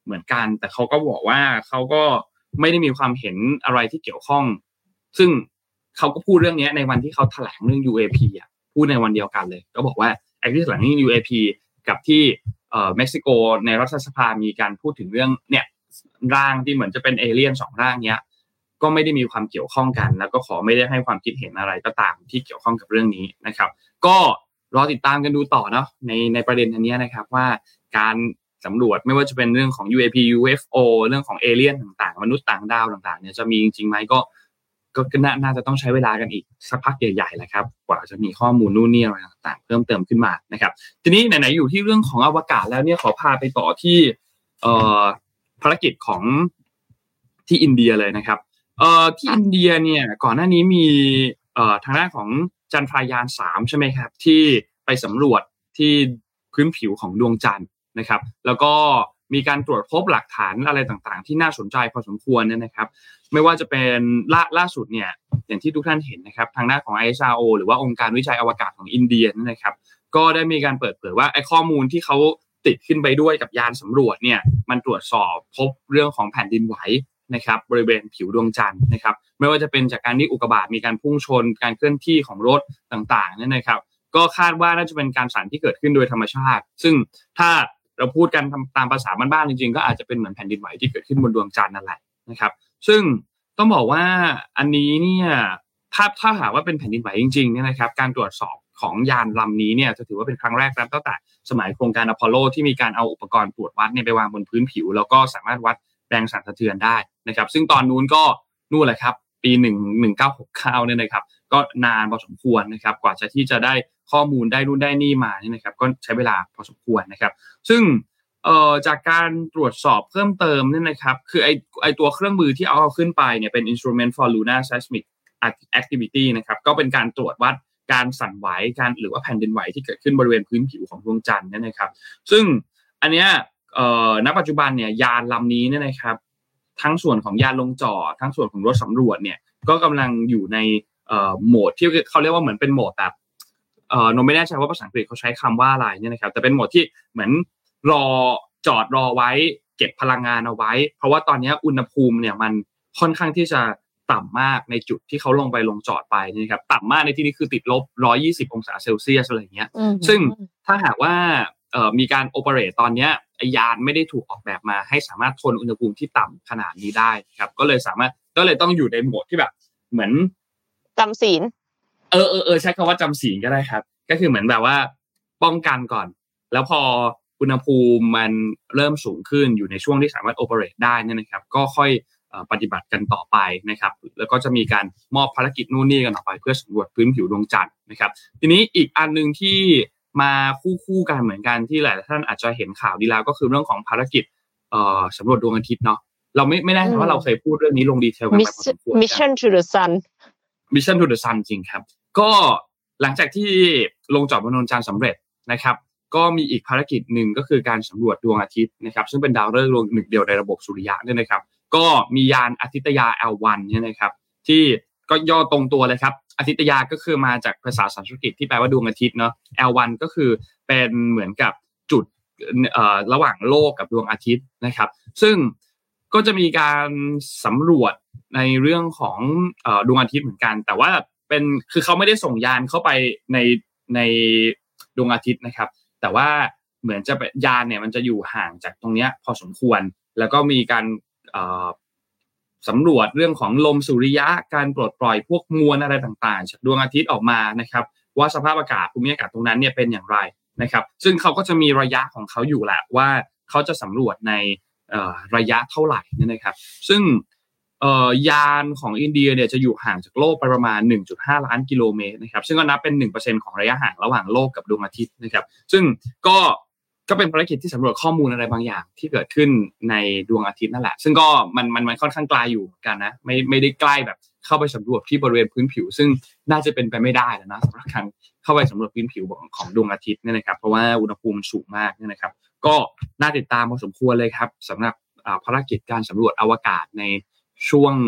เหมือนกันแต่เขาก็บอกว่าเขาก็ไม่ได้มีความเห็นอะไรที่เกี่ยวข้องซึ่งเขาก็พูดเรื่องนี้ในวันที่เขาแถลงเรื่อง UAP พูดในวันเดียวกันเลยก็บอกว่าไอ้ที่แถลงเรื่อง UAP กับที่เม็กซิโกในรัฐสภามีการพูดถึงเรื่องเนี่ยร่างที่เหมือนจะเป็นเอเลี่ยน2ร่างเนี้ยก็ไม่ได้มีความเกี่ยวข้องกันแล้วก็ขอไม่ได้ให้ความคิดเห็นอะไรก็ตามที่เกี่ยวข้องกับเรื่องนี้นะครับก็รอติดตามกันดูต่อเนาะในประเด็นอันนี้นะครับว่าการสำรวจไม่ว่าจะเป็นเรื่องของ UAP UFO เรื่องของเอเลี่ยนต่างๆมนุษย์ต่างดาวต่างๆเนี่ยจะมีจริงๆไหมก็น่าจะต้องใช้เวลากันอีกสักพักใหญ่ๆแหละครับกว่าจะมีข้อมูลนู่นนี่อะไรต่างๆเพิ่มเติมขึ้นมานะครับทีนี้ไหนๆอยู่ที่เรื่องของอวกาศแล้วเนี่ยขอพาไปต่อที่ภารกิจของที่อินเดียเลยนะครับที่อินเดียเนี่ยก่อนหน้านี้มีทางด้านของจันทรายาน3ใช่ไหมครับที่ไปสำรวจที่พื้นผิวของดวงจันทร์นะครับแล้วก็มีการตรวจพบหลักฐานอะไรต่างๆที่น่าสนใจพอสมควรเนี่ยนะครับไม่ว่าจะเป็นล่าสุดเนี่ยอย่างที่ทุกท่านเห็นนะครับทางด้านของ ISRO หรือว่าองค์การวิจัยอวกาศของอินเดียนะครับก็ได้มีการเปิดเผยว่าไอ้ข้อมูลที่เขาติดขึ้นไปด้วยกับยานสำรวจเนี่ยมันตรวจสอบพบเรื่องของแผ่นดินไหวนะครับบริเวณผิวดวงจันทร์นะครับไม่ว่าจะเป็นจากการที่อุกกาบาตมีการพุ่งชนการเคลื่อนที่ของรถต่างๆเนี่ยนะครับก็คาดว่าน่าจะเป็นการสั่นที่เกิดขึ้นโดยธรรมชาติซึ่งถ้าเราพูดกันตามภาษาบ้านๆจริงๆก็อาจจะเป็นเหมือนแผ่นดินไหวที่เกิดขึ้นบนดวงจันทร์นั่นแหละนะครับซึ่งต้องบอกว่าอันนี้เนี่ยถ้าหากว่าเป็นแผ่นดินไหวจริงๆเนี่ยนะครับการตรวจสอบของยานลำนี้เนี่ยจะถือว่าเป็นครั้งแรกตั้งแต่สมัยโครงการอพอลโลที่มีการเอาอุปกรณ์ตรวจวัดเนี่ยไปวางบนพื้นผิวแล้วก็สามารถวัดแรงสั่นสะเทือนได้นะครับซึ่งตอนนู้นก็นู่นแหละครับปี1969เนี่ยนะครับก็นานพอสมควรนะครับกว่าที่จะได้ข้อมูลได้รุ่นได้นี่มาเนี่ยนะครับก็ใช้เวลาพอสมควรนะครับซึ่งจากการตรวจสอบเพิ่มเติมเนี่ยนะครับคือไอตัวเครื่องมือที่เอาขึ้นไปเนี่ยเป็น Instrument for Lunar Seismic Activity นะครับก็เป็นการตรวจวัดการสั่นไหวการหรือว่าแผ่นดินไหวที่เกิดขึ้นบริเวณพื้นผิวของดวงจันทร์เนี่ยนะครับซึ่งอันเนี้ยณปัจจุบันเนี่ยยานลำนี้เนี่ยนะครับทั้งส่วนของยานลงจอดทั้งส่วนของรถสำรวจเนี่ยก็กำลังอยู่ในโหมดที่เขาเรียกว่าเหมือนเป็นโหมดแบบโนไม่แน่ใจว่าภาษาอังกฤษเขาใช้คำว่าอะไรเนี่ยนะครับแต่เป็นโหมดที่เหมือนจอดรอไว้เก็บพลังงานเอาไว้เพราะว่าตอนนี้อุณหภูมิเนี่ยมันค่อนข้างที่จะต่ำมากในจุดที่เขาลงจอดไปนี่ครับต่ำมากในที่นี้คือติดลบ120องศาเซลเซียสอะไรอย่างเงี้ยซึ่งถ้าหากว่ามีการโอเปเรตตอนนี้ยานไม่ได้ถูกออกแบบมาให้สามารถทนอุณหภูมิที่ต่ำขนาดนี้ได้ครับก็เลยต้องอยู่ในโหมดที่แบบเหมือนจำศีลใช้คำว่าจำศีลก็ได้ครับก็คือเหมือนแบบว่าป้องกันก่อนแล้วพออุณหภูมิมันเริ่มสูงขึ้นอยู่ในช่วงที่สามารถโอเปเรตได้นี่นะครับก็ค่อยปฏิบัติกันต่อไปนะครับแล้วก็จะมีการมอบภารกิจนู่นนี่กันออกไปเพื่อสำรวจพื้นผิวดวงจันทร์นะครับทีนี้อีกอันนึงที่มาคู่กันเหมือนกันที่หลายท่านอาจจะเห็นข่าวดีแล้วก็คือเรื่องของภารกิจสำรวจดวงอาทิตย์เนาะเราไม่แน่ใจว่าเราเคยพูดเรื่องนี้ลงดีเทลกันไปพอสมควร Mission to the Sun Mission to the Sun จริงครับก็หลังจากที่ลงจอดบนดวงจันทร์สำเร็จนะครับก็มีอีกภารกิจหนึ่งก็คือการสำรวจดวงอาทิตย์นะครับซึ่งเป็นดาวฤกษ์ดวงหนึ่งเดียวในระบบสุริยะเนี่ยนะครับก็มียานอาทิตยา L1 เนี่ยนะครับที่ก็ย่อตรงตัวเลยครับอาทิตยาก็คือมาจากภาษาสันสกฤตที่แปลว่าดวงอาทิตย์เนาะ L1 ก็คือเป็นเหมือนกับจุดระหว่างโลกกับดวงอาทิตย์นะครับซึ่งก็จะมีการสำรวจในเรื่องของดวงอาทิตย์เหมือนกันแต่ว่าคือเขาไม่ได้ส่งยานเข้าไปในดวงอาทิตย์นะครับแต่ว่าเหมือนจะยานเนี่ยมันจะอยู่ห่างจากตรงเนี้ยพอสมควรแล้วก็มีการสำรวจเรื่องของลมสุริยะการปลดปล่อยพวกมวลอะไรต่างๆจากดวงอาทิตย์ออกมานะครับว่าสภาพอากาศภูมิอากาศตรงนั้นเนี่ยเป็นอย่างไรนะครับซึ่งเขาก็จะมีระยะของเขาอยู่แหละว่าเขาจะสำรวจในระยะเท่าไหร่นี่นะครับซึ่งยานของอินเดียเนี่ยจะอยู่ห่างจากโลกไปประมาณ 1.5 ล้านกิโลเมตรนะครับซึ่งก็นับเป็น 1% ของระยะห่างระหว่างโลกกับดวงอาทิตย์นะครับซึ่งก็เป็นภารกิจที่สำรวจข้อมูลอะไรบางอย่างที่เกิดขึ้นในดวงอาทิตย์นั่นแหละซึ่งก็มันค่อนข้างไกลอยู่กันนะไม่ได้ใกล้แบบเข้าไปสำรวจที่บริเวณพื้นผิวซึ่งน่าจะเป็นไปไม่ได้แล้วนะสำหรับการเข้าไปสำรวจพื้นผิวของดวงอาทิตย์เนี่ยนะครับเพราะว่าอุณหภูมิสูงมากเนี่ยนะครับก็น่าติดตามพอสมควรเลยครับสำหรับภารกิจการสำรวจอวกาศในช่วง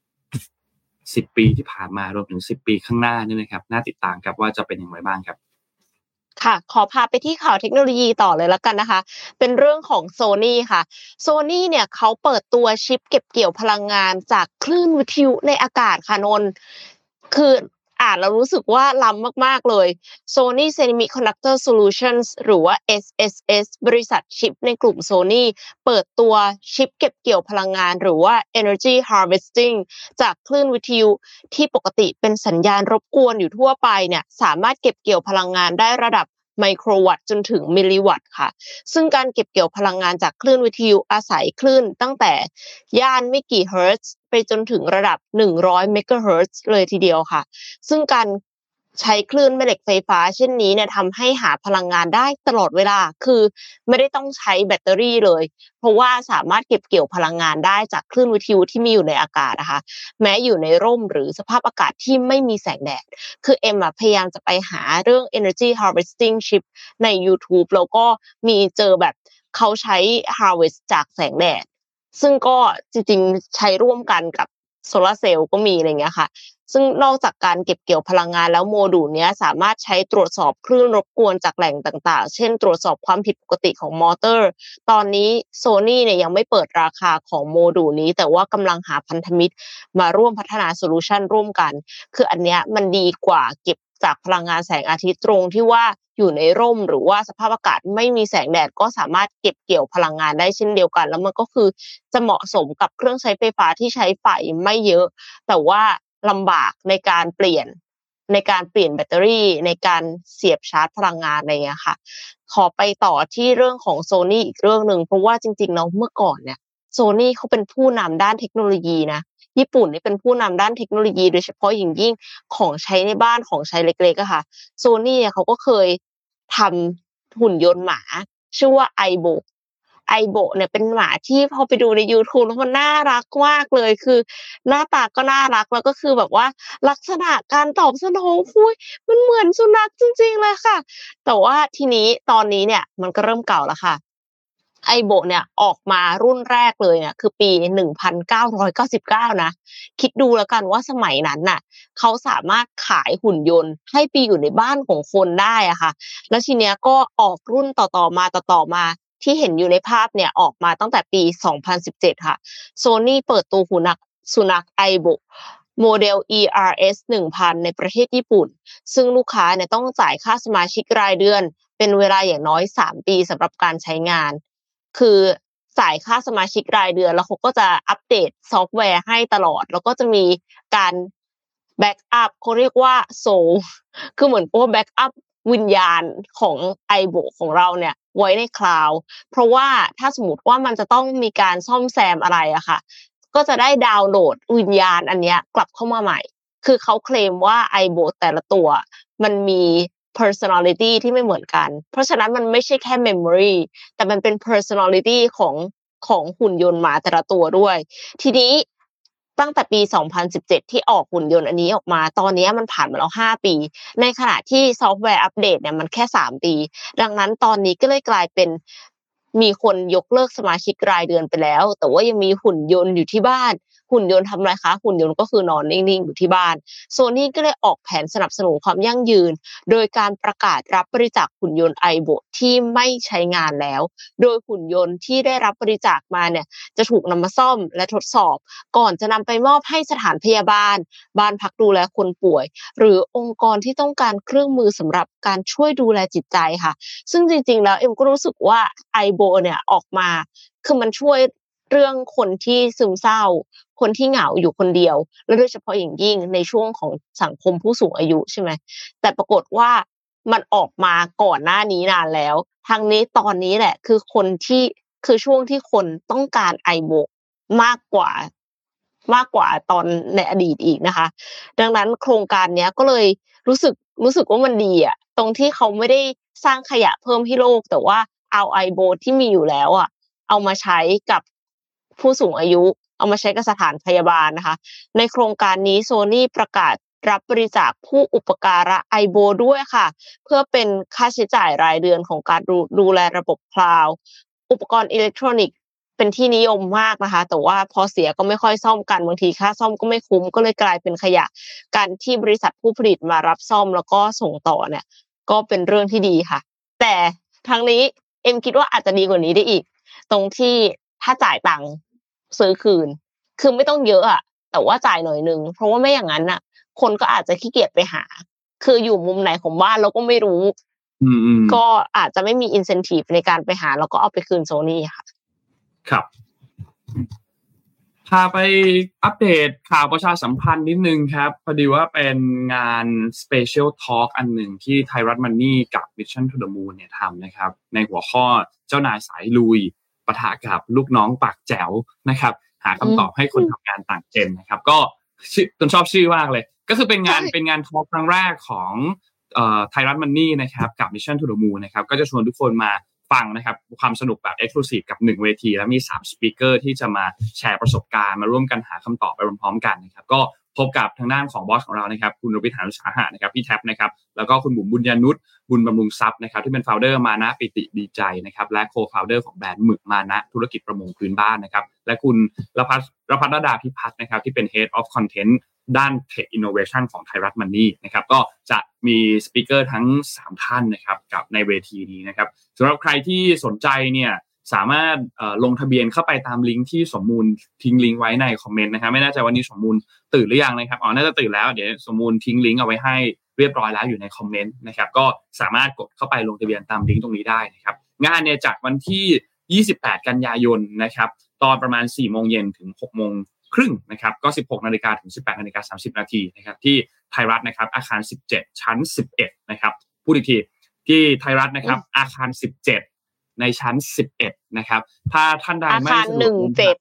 10 ปีที่ผ่านมารวมถึง10 ปีข้างหน้านี่นะครับน่าติดตามครับว่าจะเป็นอย่างไรบ้างครับค่ะขอพาไปที่ข่าวเทคโนโลยีต่อเลยแล้วกันนะคะเป็นเรื่องของ Sony ค่ะ Sony เนี่ยเขาเปิดตัวชิปเก็บเกี่ยวพลังงานจากคลื่นวิทยุในอากาศค่ะนนท์คืออ่านแล้วรู้สึกว่าล้ำมากๆเลย Sony Semiconductor Solutions หรือว่า SSS บริษัทชิปในกลุ่ม Sony เปิดตัวชิปเก็บเกี่ยวพลังงานหรือว่า Energy Harvesting จากคลื่นวิทยุที่ปกติเป็นสัญญาณรบกวนอยู่ทั่วไปเนี่ยสามารถเก็บเกี่ยวพลังงานได้ระดับไมโครวัตต์จนถึงมิลลิวัตต์ค่ะซึ่งการเก็บเกี่ยวพลังงานจากคลื่นวิทยุอาศัยคลื่นตั้งแต่ย่านไม่กี่เฮิรตซ์ไปจนถึงระดับ100เมกะเฮิรตซ์เลยทีเดียวค่ะซึ่งการใช้คลื่นแม่เหล็กไฟฟ้าเช่นนี้เนี่ยทำให้หาพลังงานได้ตลอดเวลาคือไม่ได้ต้องใช้แบตเตอรี่เลยเพราะว่าสามารถเก็บเกี่ยวพลังงานได้จากคลื่นวิทยุที่มีอยู่ในอากาศนะคะแม้อยู่ในร่มหรือสภาพอากาศที่ไม่มีแสงแดดคือเอ็มพยายามจะไปหาเรื่อง energy harvesting chip ใน YouTube แล้วก็มีเจอแบบเขาใช้ harvest จากแสงแดดซึ่งก็จริงๆใช้ร่วมกันกับโซลาร์เซลล์ก็มีอะไรเงี้ยค่ะซึ่งนอกจากการเก็บเกี่ยวพลังงานแล้วโมดูลเนี้ยสามารถใช้ตรวจสอบคลื่นรบกวนจากแหล่งต่างๆเช่นตรวจสอบความผิดปกติของมอเตอร์ตอนนี้ Sony เนี่ยยังไม่เปิดราคาของโมดูลนี้แต่ว่ากำลังหาพันธมิตรมาร่วมพัฒนาโซลูชันร่วมกันคืออันเนี้ยมันดีกว่าเก็บจากพลังงานแสงอาทิตย์ตรงที่ว่าอยู่ในร่มหรือว่าสภาพอากาศไม่มีแสงแดดก็สามารถเก็บเกี่ยวพลังงานได้เช่นเดียวกันแล้วมันก็คือจะเหมาะสมกับเครื่องใช้ไฟฟ้าที่ใช้ไฟไม่เยอะแต่ว่าลำบากในการเปลี่ยนแบตเตอรี่ในการเสียบชาร์จพลังงานอะไรอย่างเงี้ยค่ะขอไปต่อที่เรื่องของ Sony อีกเรื่องนึงเพราะว่าจริงๆแล้วเมื่อก่อนเนี่ย Sony เขาเป็นผู้นำด้านเทคโนโลยีนะญี่ปุ่นนี่เป็นผู้นำด้านเทคโนโลยีโดยเฉพาะอย่างยิ่งของใช้ในบ้านของใช้เล็กๆอะค่ะ Sony เนี่ยเขาก็เคยทำหุ่นยนต์หมาชื่อว่า ไอโบเนี่ยเป็นหมาที่พอไปดูใน YouTube แล้วมันน่ารักมากเลยคือหน้าตาก็น่ารักแล้วก็คือแบบว่าลักษณะการตอบสนองอุ๊ยมันเหมือนสุนัขจริงๆเลยค่ะแต่ว่าทีนี้ตอนนี้เนี่ยมันก็เริ่มเก่าแล้วค่ะไอโบเนี่ยออกมารุ่นแรกเลยเนี่ยคือปี1999นะคิดดูแล้วกันว่าสมัยนั้นน่ะเขาสามารถขายหุ่นยนต์ให้ไปอยู่ในบ้านของคนได้อะค่ะแล้วทีเนี้ยก็ออกรุ่นต่อๆมาที่เห็นอยู่ในภาพเนี่ยออกมาตั้งแต่ปี2017ค่ะ Sony เปิดตัวสุนัขไอโบโมเดล ERS 1000ในประเทศญี่ปุ่นซึ่งลูกค้าเนี่ยต้องจ่ายค่าสมาชิกรายเดือนเป็นเวลาอย่างน้อย3ปีสำหรับการใช้งานคือจ่ายค่าสมาชิกรายเดือนแล้วเขาก็จะอัปเดตซอฟต์แวร์ให้ตลอดแล้วก็จะมีการแบ็กอัพเขาเรียกว่าโซลคือเหมือนกับว่าแบ็กอัพวิญญาณของไอโบของเราเนี่ยไว้ในคลาวด์เพราะว่าถ้าสมมติว่ามันจะต้องมีการซ่อมแซมอะไรอะค่ะก็จะได้ดาวน์โหลดวิญญาณอันเนี้ยกลับเข้ามาใหม่คือเขาเคลมว่าไอโบแต่ละตัวมันมี personality ที่ไม่เหมือนกันเพราะฉะนั้นมันไม่ใช่แค่ memory แต่มันเป็น personality ของหุ่นยนต์หมาแต่ละตัวด้วยทีนี้ตั้งแต่ปี2017ที่ออกหุ่นยนต์อันนี้ออกมาตอนนี้มันผ่านมาแล้ว5ปีในขณะที่ซอฟต์แวร์อัปเดตเนี่ยมันแค่3ปีดังนั้นตอนนี้ก็เลยกลายเป็นมีคนยกเลิกสมาชิกรายเดือนไปแล้วแต่ว่ายังมีหุ่นยนต์อยู่ที่บ้านหุ่นยนต์ทำอะไรคะหุ่นยนต์ก็คือนอนนิ่งๆอยู่ที่บ้าน Sony ก็เลยออกแผนสนับสนุนความยั่งยืนโดยการประกาศรับบริจาคหุ่นยนต์ไอโบที่ไม่ใช้งานแล้วโดยหุ่นยนต์ที่ได้รับบริจาคมาเนี่ยจะถูกนำมาซ่อมและทดสอบก่อนจะนำไปมอบให้สถานพยาบาลบ้านพักดูแลคนป่วยหรือองค์กรที่ต้องการเครื่องมือสำหรับการช่วยดูแลจิตใจค่ะซึ่งจริงๆแล้วเอ็มก็รู้สึกว่าไอโบเนี่ยออกมาคือมันช่วยเรื่องคนที่ซึมเศร้าคนที่เหงาอยู่คนเดียวและโดยเฉพาะอย่างยิ่งในช่วงของสังคมผู้สูงอายุใช่ไหมแต่ปรากฏว่ามันออกมาก่อนหน้านี้นานแล้วทางนี้ตอนนี้แหละคือช่วงที่คนต้องการไอโบมากกว่าตอนในอดีตอีกนะคะดังนั้นโครงการเนี้ยก็เลยรู้สึกว่ามันดีอ่ะตรงที่เขาไม่ได้สร้างขยะเพิ่มให้โลกแต่ว่าเอาไอโบที่มีอยู่แล้วอ่ะเอามาใช้กับผู้สูงอายุเอามาใช้กับสถานพยาบาลนะคะในโครงการนี้ Sony ประกาศรับบริจาคผู้อุปการะไอโบด้วยค่ะเพื่อเป็นค่าใช้จ่ายรายเดือนของการดูแลระบบคลาวด์อุปกรณ์อิเล็กทรอนิกส์เป็นที่นิยมมากนะคะแต่ว่าพอเสียก็ไม่ค่อยซ่อมกันบางทีค่าซ่อมก็ไม่คุ้มก็เลยกลายเป็นขยะการที่บริษัทผู้ผลิตมารับซ่อมแล้วก็ส่งต่อเนี่ยก็เป็นเรื่องที่ดีค่ะแต่ทั้งนี้เอ็มคิดว่าอาจจะดีกว่านี้ได้อีกตรงที่ถ้าจ่ายตังค์ซื้อคืนคือไม่ต้องเยอะอะแต่ว่าจ่ายหน่อยนึงเพราะว่าไม่อย่างนั้นน่ะคนก็อาจจะขี้เกียจไปหาคืออยู่มุมไหนของบ้านเราก็ไม่รู้ก็อาจจะไม่มี incentive ในการไปหาแล้วก็เอาไปคืน Sony ค่ะครับพาไปอัปเดตข่าวประชาสัมพันธ์นิดนึงครับพอดีว่าเป็นงาน Special Talk อันหนึ่งที่ไทยรัฐมันนี่กับ Mission to the Moon เนี่ยทำนะครับในหัวข้อเจ้านายสายลุยปะทะกับลูกน้องปากแจ๋วนะครับหาคำตอบให้คนทำงานต่างเจนนะครับก็ต้นชอบชื่อมากเลยก็คือเป็นงานทอล์คครั้งแรกของไทยรัฐมันนี่นะครับกับ Mission to the Moon นะครับก็จะชวนทุกคนมาฟังนะครับความสนุกแบบ Exclusive กับ1เวทีแล้วมี3สปีกเกอร์ที่จะมาแชร์ประสบการณ์มาร่วมกันหาคำตอบไปพร้อมๆกันนะครับก็พบกับทางด้านของบอสของเรานะครับคุณรวิทย์ หาญอุตสาหะนะครับพี่แท็บนะครับแล้วก็คุณบุ๋มบุญญานุชบุญบำรุงทรัพย์นะครับที่เป็น founder มานะปิติดีใจนะครับและ co-founder ของแบรนด์หมึกมานะธุรกิจประมงพื้นบ้านนะครับและคุณรพัฒนดาพิพัฒน์นะครับที่เป็น Head of Contentด้าน Tech Innovation ของไทยรัฐมันนี่นะครับก็จะมีสปีกเกอร์ทั้ง3ท่านนะครับกับในเวทีนี้นะครับสำหรับใครที่สนใจเนี่ยสามารถลงทะเบียนเข้าไปตามลิงก์ที่สมมูลทิ้งลิงก์ไว้ในคอมเมนต์นะครับไม่แน่ใจวันนี้สมมูลตื่นหรือยังนะครับน่าจะตื่นแล้วเดี๋ยวสมมูลทิ้งลิงก์เอาไว้ให้เรียบร้อยแล้วอยู่ในคอมเมนต์นะครับก็สามารถกดเข้าไปลงทะเบียนตามลิงก์ตรงนี้ได้นะครับงานเนี่ยจัดวันที่28กันยายนนะครับตอนประมาณ 4:00 นถึง 6:30 นนะครับก็ 16:00 นถึง 18:30 นนะครับที่ไทยรัฐนะครับอาคาร17ชั้น11นะครับพูดอีกทีที่ไทยรัฐนะครับอาคาร17ในชั้น11นะครับถ้าท่านใดไม่สะดวก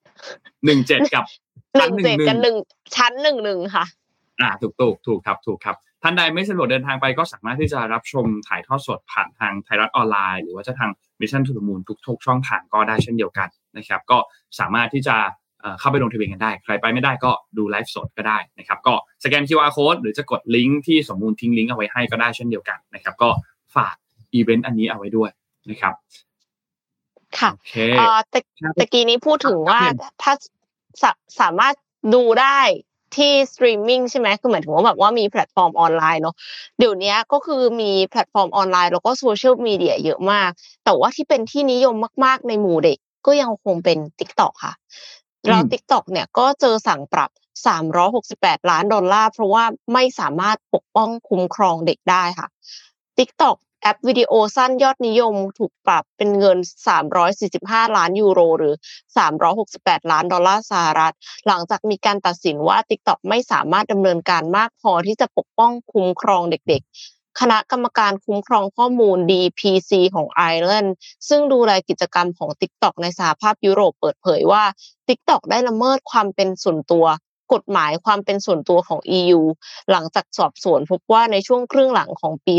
17กับชั้น11 กับ1ชั้น11ค่ะถูกครับท่านใดไม่สะดวกเดินทางไปก็สามารถที่จะรับชมถ่ายทอดสดผ่านทางไทยรัฐออนไลน์หรือว่าจะทาง Mission to the Moon ทุกช่องทางก็ได้เช่นเดียวกันนะครับก็สามารถที่จะเข้าไปลงทะเบียนกันได้ใครไปไม่ได้ก็ดูไลฟ์สดก็ได้นะครับก็สแกน QR code หรือจะกดลิงก์ที่สมมูลทิ้งลิงก์เอาไว้ให้ก็ได้เช่นเดียวกันนะครับก็ฝากอีเวนต์อันนี้เอาไว้ด้วยนะครับค่ะตะกี้นี้พูดถึงว่าถ้าสามารถดูได้ที่สตรีมมิ่งใช่ไหมคือหมายถึงว่าแบบว่ามีแพลตฟอร์มออนไลน์เนาะเดี๋ยวนี้ก็คือมีแพลตฟอร์มออนไลน์แล้วก็โซเชียลมีเดียเยอะมากแต่ว่าที่เป็นที่นิยมมากๆในหมู่เด็กก็ยังคงเป็น TikTok ค่ะแล้ว TikTok เนี่ยก็เจอสั่งปรับ$368 ล้านเพราะว่าไม่สามารถปกป้องคุ้มครองเด็กได้ค่ะ TikTok แอปวิดีโอสั้นยอดนิยมถูกปรับเป็นเงิน$345 ล้านหรือ$368 ล้านสหรัฐหลังจากมีการตัดสินว่า TikTok ไม่สามารถดำเนินการมากพอที่จะปกป้องคุ้มครองเด็กๆคณะกรรมการคุ้มครองข้อมูล DPC ของไอร์แลนด์ซึ่งดูแลกิจกรรมของ TikTok ในสหภาพยุโรปเปิดเผยว่า TikTok ได้ละเมิดความเป็นส่วนตัวกฎหมายความเป็นส่วนตัวของ EU หลังจากสอบสวนพบว่าในช่วงครึ่งหลังของปี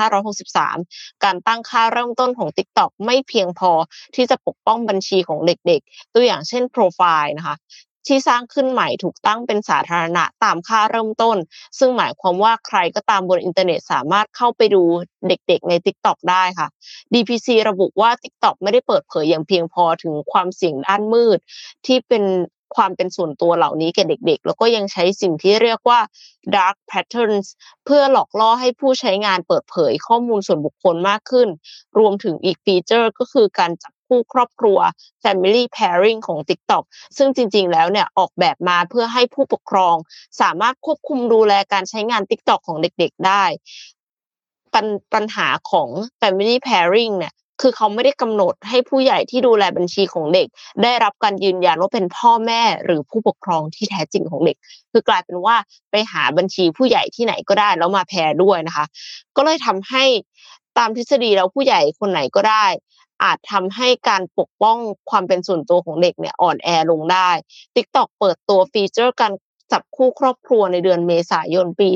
2563 การตั้งค่าเริ่มต้นของ TikTok ไม่เพียงพอที่จะปกป้องบัญชีของเด็กๆตัวอย่างเช่นโปรไฟล์นะคะที่สร้างขึ้นใหม่ถูกตั้งเป็นสาธารณะตามค่าเริ่มต้นซึ่งหมายความว่าใครก็ตามบนอินเทอร์เน็ตสามารถเข้าไปดูเด็กๆใน TikTok ได้ค่ะ DPC ระบุว่า TikTok ไม่ได้เปิดเผยอย่างเพียงพอถึงความเสี่ยงด้านมืดที่เป็นความเป็นส่วนตัวเหล่านี้แก่เด็กๆแล้วก็ยังใช้สิ่งที่เรียกว่า dark patterns เพื่อหลอกล่อให้ผู้ใช้งานเปิดเผยข้อมูลส่วนบุคคลมากขึ้นรวมถึงอีกฟีเจอร์ก็คือการจับคู่ครอบครัว family pairing ของ TikTok ซึ่งจริงๆแล้วเนี่ยออกแบบมาเพื่อให้ผู้ปกครองสามารถควบคุมดูแลการใช้งาน TikTok ของเด็กๆได้ปัญหาของ family pairing เนี่ยคือเขาไม่ได้กำหนดให้ผู้ใหญ่ที่ดูแลบัญชีของเด็กได้รับการยืนยันว่าเป็นพ่อแม่หรือผู้ปกครองที่แท้จริงของเด็กคือกลายเป็นว่าไปหาบัญชีผู้ใหญ่ที่ไหนก็ได้แล้วมาแพร์ด้วยนะคะก็เลยทำให้ตามทฤษฎีแล้วผู้ใหญ่คนไหนก็ได้อาจทำให้การปกป้องความเป็นส่วนตัวของเด็กเนี่ยอ่อนแอลงได้ TikTok เปิดตัวฟีเจอร์การจับคู่ครอบครัวในเดือนเมษายนปี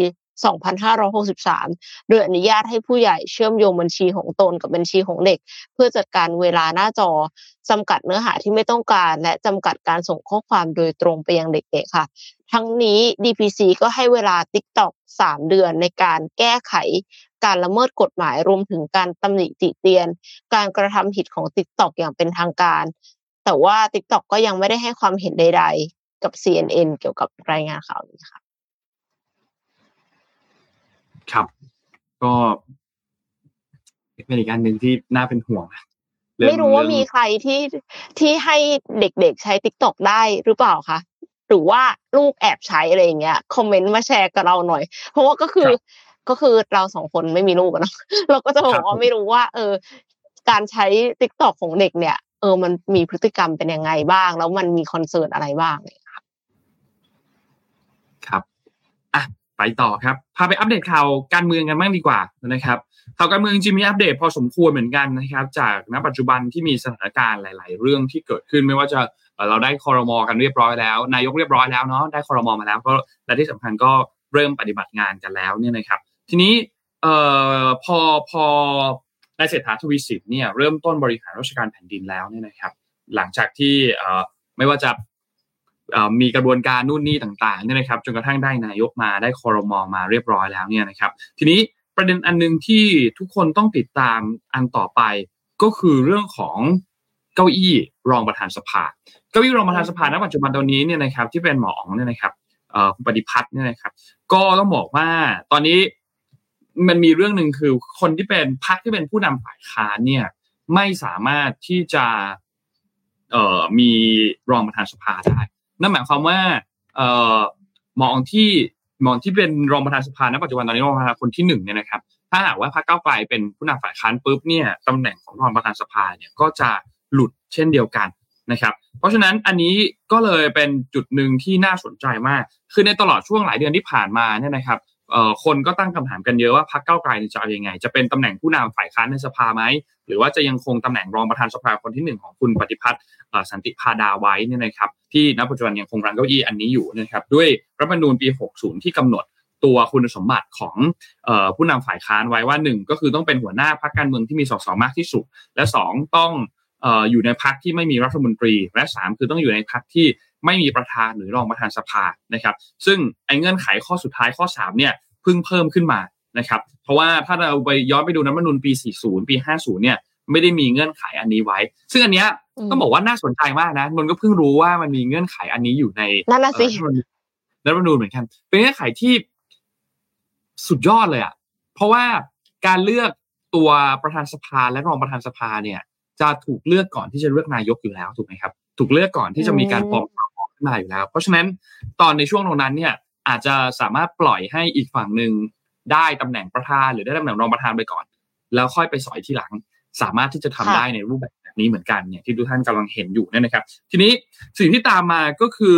2563โดยอนุญาตให้ผู้ใหญ่เชื่อมโยงบัญชีของตนกับบัญชีของเด็กเพื่อจัดการเวลาหน้าจอจำกัดเนื้อหาที่ไม่ต้องการและจำกัดการส่งข้อความโดยตรงไปยังเด็กๆค่ะทั้งนี้ DPC ก็ให้เวลา TikTok 3 เดือนในการแก้ไขการละเมิดกฎหมายรวมถึงการตำหนิติเตียนการกระทำผิดของ TikTok อย่างเป็นทางการแต่ว่า TikTok ก็ยังไม่ได้ให้ความเห็นใดๆกับ CNN เกี่ยวกับรายงานข่าวนี้ค่ะครับก็เป็นอีกอันหนึ่งที่น่าเป็นห่วงนะไม่รู้ว่ามีใครที่ให้เด็กๆใช้ TikTok ได้หรือเปล่าคะหรือว่าลูกแอบใช้อะไรอย่างเงี้ยคอมเมนต์มาแชร์กับเราหน่อยเพราะว่าก็คือเราสองคนไม่มีลูกอะเนาะเราก็จะบอกว่าไม่รู้ว่าการใช้ TikTok ของเด็กเนี่ยมันมีพฤติกรรมเป็นยังไงบ้างแล้วมันมีคอนเซิร์นอะไรบ้างครับไปต่อครับพาไปอัปเดตข่าวการเมืองกันบ้างดีกว่านะครับข่าวการเมืองจริงมีอัปเดตพอสมควรเหมือนกันนะครับจากณปัจจุบันที่มีสถานการณ์หลายๆเรื่องที่เกิดขึ้นไม่ว่าจะเราได้ครม.กันเรียบร้อยแล้วนายกเรียบร้อยแล้วเนาะได้ครม.มาแล้วก็และที่สำคัญก็เริ่มปฏิบัติงานกันแล้วเนี่ยนะครับทีนี้พอนายเศรษฐาทวีสินเนี่ยเริ่มต้นบริหารราชการแผ่นดินแล้วเนี่ยนะครับหลังจากที่ไม่ว่าจะมีกระบวนการนู่นนี่ต่างๆเนี่ยนะครับจนกระทั่งได้นายกมาได้ครม.มาเรียบร้อยแล้วเนี่ยนะครับทีนี้ประเด็นอันนึงที่ทุกคนต้องติดตามอันต่อไปก็คือเรื่องของเก้าอี้รองประธานสภาเก้าอี้รองประธานสภาณปัจจุบันตอนนี้เนี่ยนะครับที่เป็นหมออ๋องเนี่ยนะครับคุณปฏิพัฒน์เนี่ยนะครับก็ต้องบอกว่าตอนนี้มันมีเรื่องนึงคือคนที่เป็นพรรคที่เป็นผู้นำฝ่ายค้านเนี่ยไม่สามารถที่จะมีรองประธานสภาได้นั่นหมายความว่าหมอที่เป็นรองประธานสภาณปัจจุบันตอนนี้รองประธานคนที่1เนี่ยนะครับถ้าหากว่าพรรคก้าวไกลเป็นผู้นำฝ่ายค้านปุ๊บเนี่ยตำแหน่งของรองประธานสภาเนี่ยก็จะหลุดเช่นเดียวกันนะครับเพราะฉะนั้นอันนี้ก็เลยเป็นจุดหนึ่งที่น่าสนใจมากคือในตลอดช่วงหลายเดือนที่ผ่านมาเนี่ยนะครับคนก็ตั้งคำถามกันเยอะว่าพรรคก้าวไกลจะเอายังไงจะเป็นตำแหน่งผู้นำฝ่ายค้านในสภาไหมหรือว่าจะยังคงตำแหน่งรองประธานสภาคนที่1ของคุณปฏิพัฒน์สันติพาดาไว้เนี่ยนะครับที่ณปัจจุบันยังคงรังเก้าอี้อันนี้อยู่นะครับด้วยรัฐธรรมนูญปี60ที่กำหนดตัวคุณสมบัติของผู้นำฝ่ายค้านไว้ว่า1ก็คือต้องเป็นหัวหน้าพรรคการเมืองที่มีส.ส.มากที่สุดและ2ต้องอยู่ในพรรคที่ไม่มีรัฐมนตรีและ3คือต้องอยู่ในพรรคที่ไม่มีประธานหรือรองประธานสภานะครับซึ่งไอ้เงื่อนไขข้อสุดท้ายข้อ3เนี่ยเพิ่งเพิ่มขึ้นมานะครับเพราะว่าถ้าเราไปย้อนไปดูรัฐธรรมนูญปี40ปี50เนี่ยไม่ได้มีเงื่อนไขอันนี้ไว้ซึ่งอันเนี้ยต้องบอกว่าน่าสนใจมากนะนนก็เพิ่งรู้ว่ามันมีเงื่อนไขอันนี้อยู่ในรัฐธรรมนูญเหมือนกันเป็นเงื่อนไขที่สุดยอดเลยอ่ะเพราะว่าการเลือกตัวประธานสภาและรองประธานสภาเนี่ยจะถูกเลือกก่อนที่จะเลือกนายกอยู่แล้วถูกไหมครับถูกเลือกก่อนที่จะมีการฟอร์มครม.ขึ้นมาอยู่แล้วเพราะฉะนั้นตอนในช่วงตรงนั้นเนี่ยอาจจะสามารถปล่อยให้อีกฝั่งนึงได้ตำแหน่งประธานหรือได้ตำแหน่งรองประธานไปก่อนแล้วค่อยไปสอยทีหลังสามารถที่จะทำได้ในรูปแบบนี้เหมือนกันเนี่ยที่ทุกท่านกำลังเห็นอยู่นั่นนะครับทีนี้สิ่งที่ตามมาก็คือ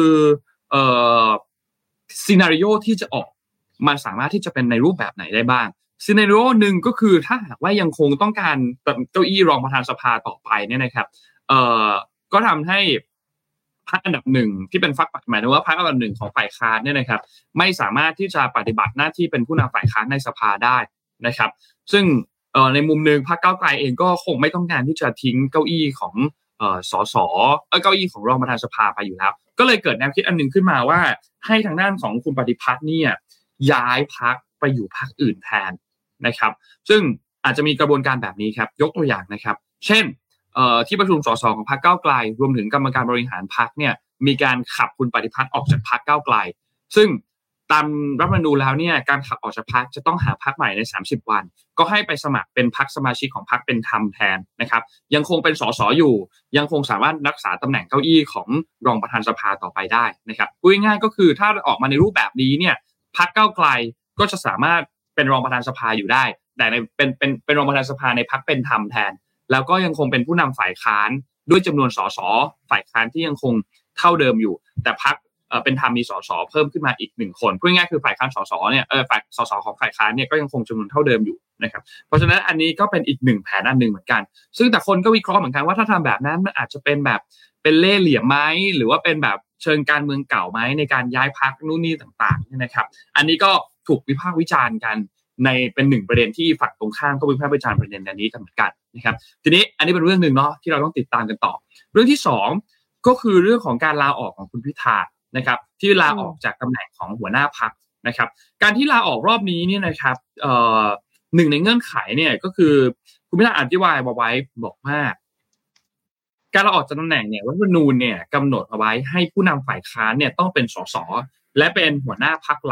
ซีนาริโอที่จะออกมันสามารถที่จะเป็นในรูปแบบไหนได้บ้างซีนาริโอหนึ่งก็คือถ้าหากว่ายังคงต้องการเก้าอี้รองประธานสภาต่อไปเนี่ยนะครับก็ทำให้พรรคอันดับหนึ่งที่เป็นพรรคหมายถึงว่าพรรคอันดับหนึ่งของฝ่ายค้านเนี่ยนะครับไม่สามารถที่จะปฏิบัติหน้าที่เป็นผู้นำฝ่ายค้านในสภาได้นะครับซึ่งในมุมนึงพรรคก้าวไกลเองก็คงไม่ต้องการที่จะทิ้งเก้าอี้ของสสเก้าอี้ของรองประธานสภาไปอยู่แล้วก็เลยเกิดแนวคิดอันนึงขึ้นมาว่าให้ทางด้านของคุณปฏิพัฒน์เนี่ยย้ายพรรคไปอยู่พรรคอื่นแทนนะครับซึ่งอาจจะมีกระบวนการแบบนี้ครับยกตัวอย่างนะครับเช่นที่ประชุมสสของพรรคก้าวไกลรวมถึงกรรมการบริหารพรรคเนี่ยมีการขับคุณปฏิพัฒน์ออกจากพรรคก้าวไกลซึ่งตามรัฐธรรมนูญแล้วเนี่ยการขับออกจากพรรคจะต้องหาพรรคใหม่ใน30วันก็ให้ไปสมัครเป็นพรรคสมาชิกของพรรคเป็นธรรมแทนนะครับยังคงเป็นสสอยู่ยังคงสามารถรักษาตำแหน่งเก้าอี้ของรองประธานสภาต่อไปได้นะครับพูดง่ายๆก็คือถ้าออกมาในรูปแบบนี้เนี่ยพรรคก้าวไกลก็จะสามารถเป็นรองประธานสภาอยู่ได้แต่ในเป็นรองประธานสภาในพรรคเป็นธรรมแทนแล้วก็ยังคงเป็นผู้นำฝ่ายค้านด้วยจำนวนสสฝ่ายค้านที่ยังคงเท่าเดิมอยู่แต่พรรคเป็นธรรมมีสสเพิ่มขึ้นมาอีก1คนพูดง่ายๆคือฝ่ายค้านสสเนี่ยฝ่ายสสของฝ่ายค้านเนี่ยก็ยังคงจำนวนเท่าเดิมอยู่นะครับเพราะฉะนั้นอันนี้ก็เป็นอีก1แผนอันนึงเหมือนกันซึ่งแต่คนก็วิเคราะห์เหมือนกันว่าถ้าทำแบบนั้นมันอาจจะเป็นแบบเป็นเล่ห์เหลี่ยมไหมหรือว่าเป็นแบบเชิงการเมืองเก่าไหมในการย้ายพรรคนู่นนี่ต่างๆเนี่ยนะครับอันนี้ก็ถูกวิพากษ์วิจารณ์กันในเป็น1ประเด็นที่ฝั่งตรงข้ามก็วิพากษ์วิจารณ์ประเด็นนี้กันเหมือนกันนะครับทีนี้อันนี้เป็นเรื่องนึงเนาะที่เราต้องติดตามกันต่อเรื่องที่2ก็คือเรื่องของการลาออกของคุณพิธานะครับที่ลาออกจากตำแหน่งของหัวหน้าพรรคนะครับการที่ลาออกรอบนี้เนี่ยนะครับหนึ่งในเงื่อนไขเนี่ยก็คือคุณพิธาอธิบายเอาไว้บอกว่าการลาออกจากตำแหน่งเนี่ยรัฐธรรมนูญเนี่ยกำหนดเอาไว้ให้ผู้นำฝ่ายค้านเนี่ยต้องเป็นสสและเป็นหัวหน้าพรรคหลัก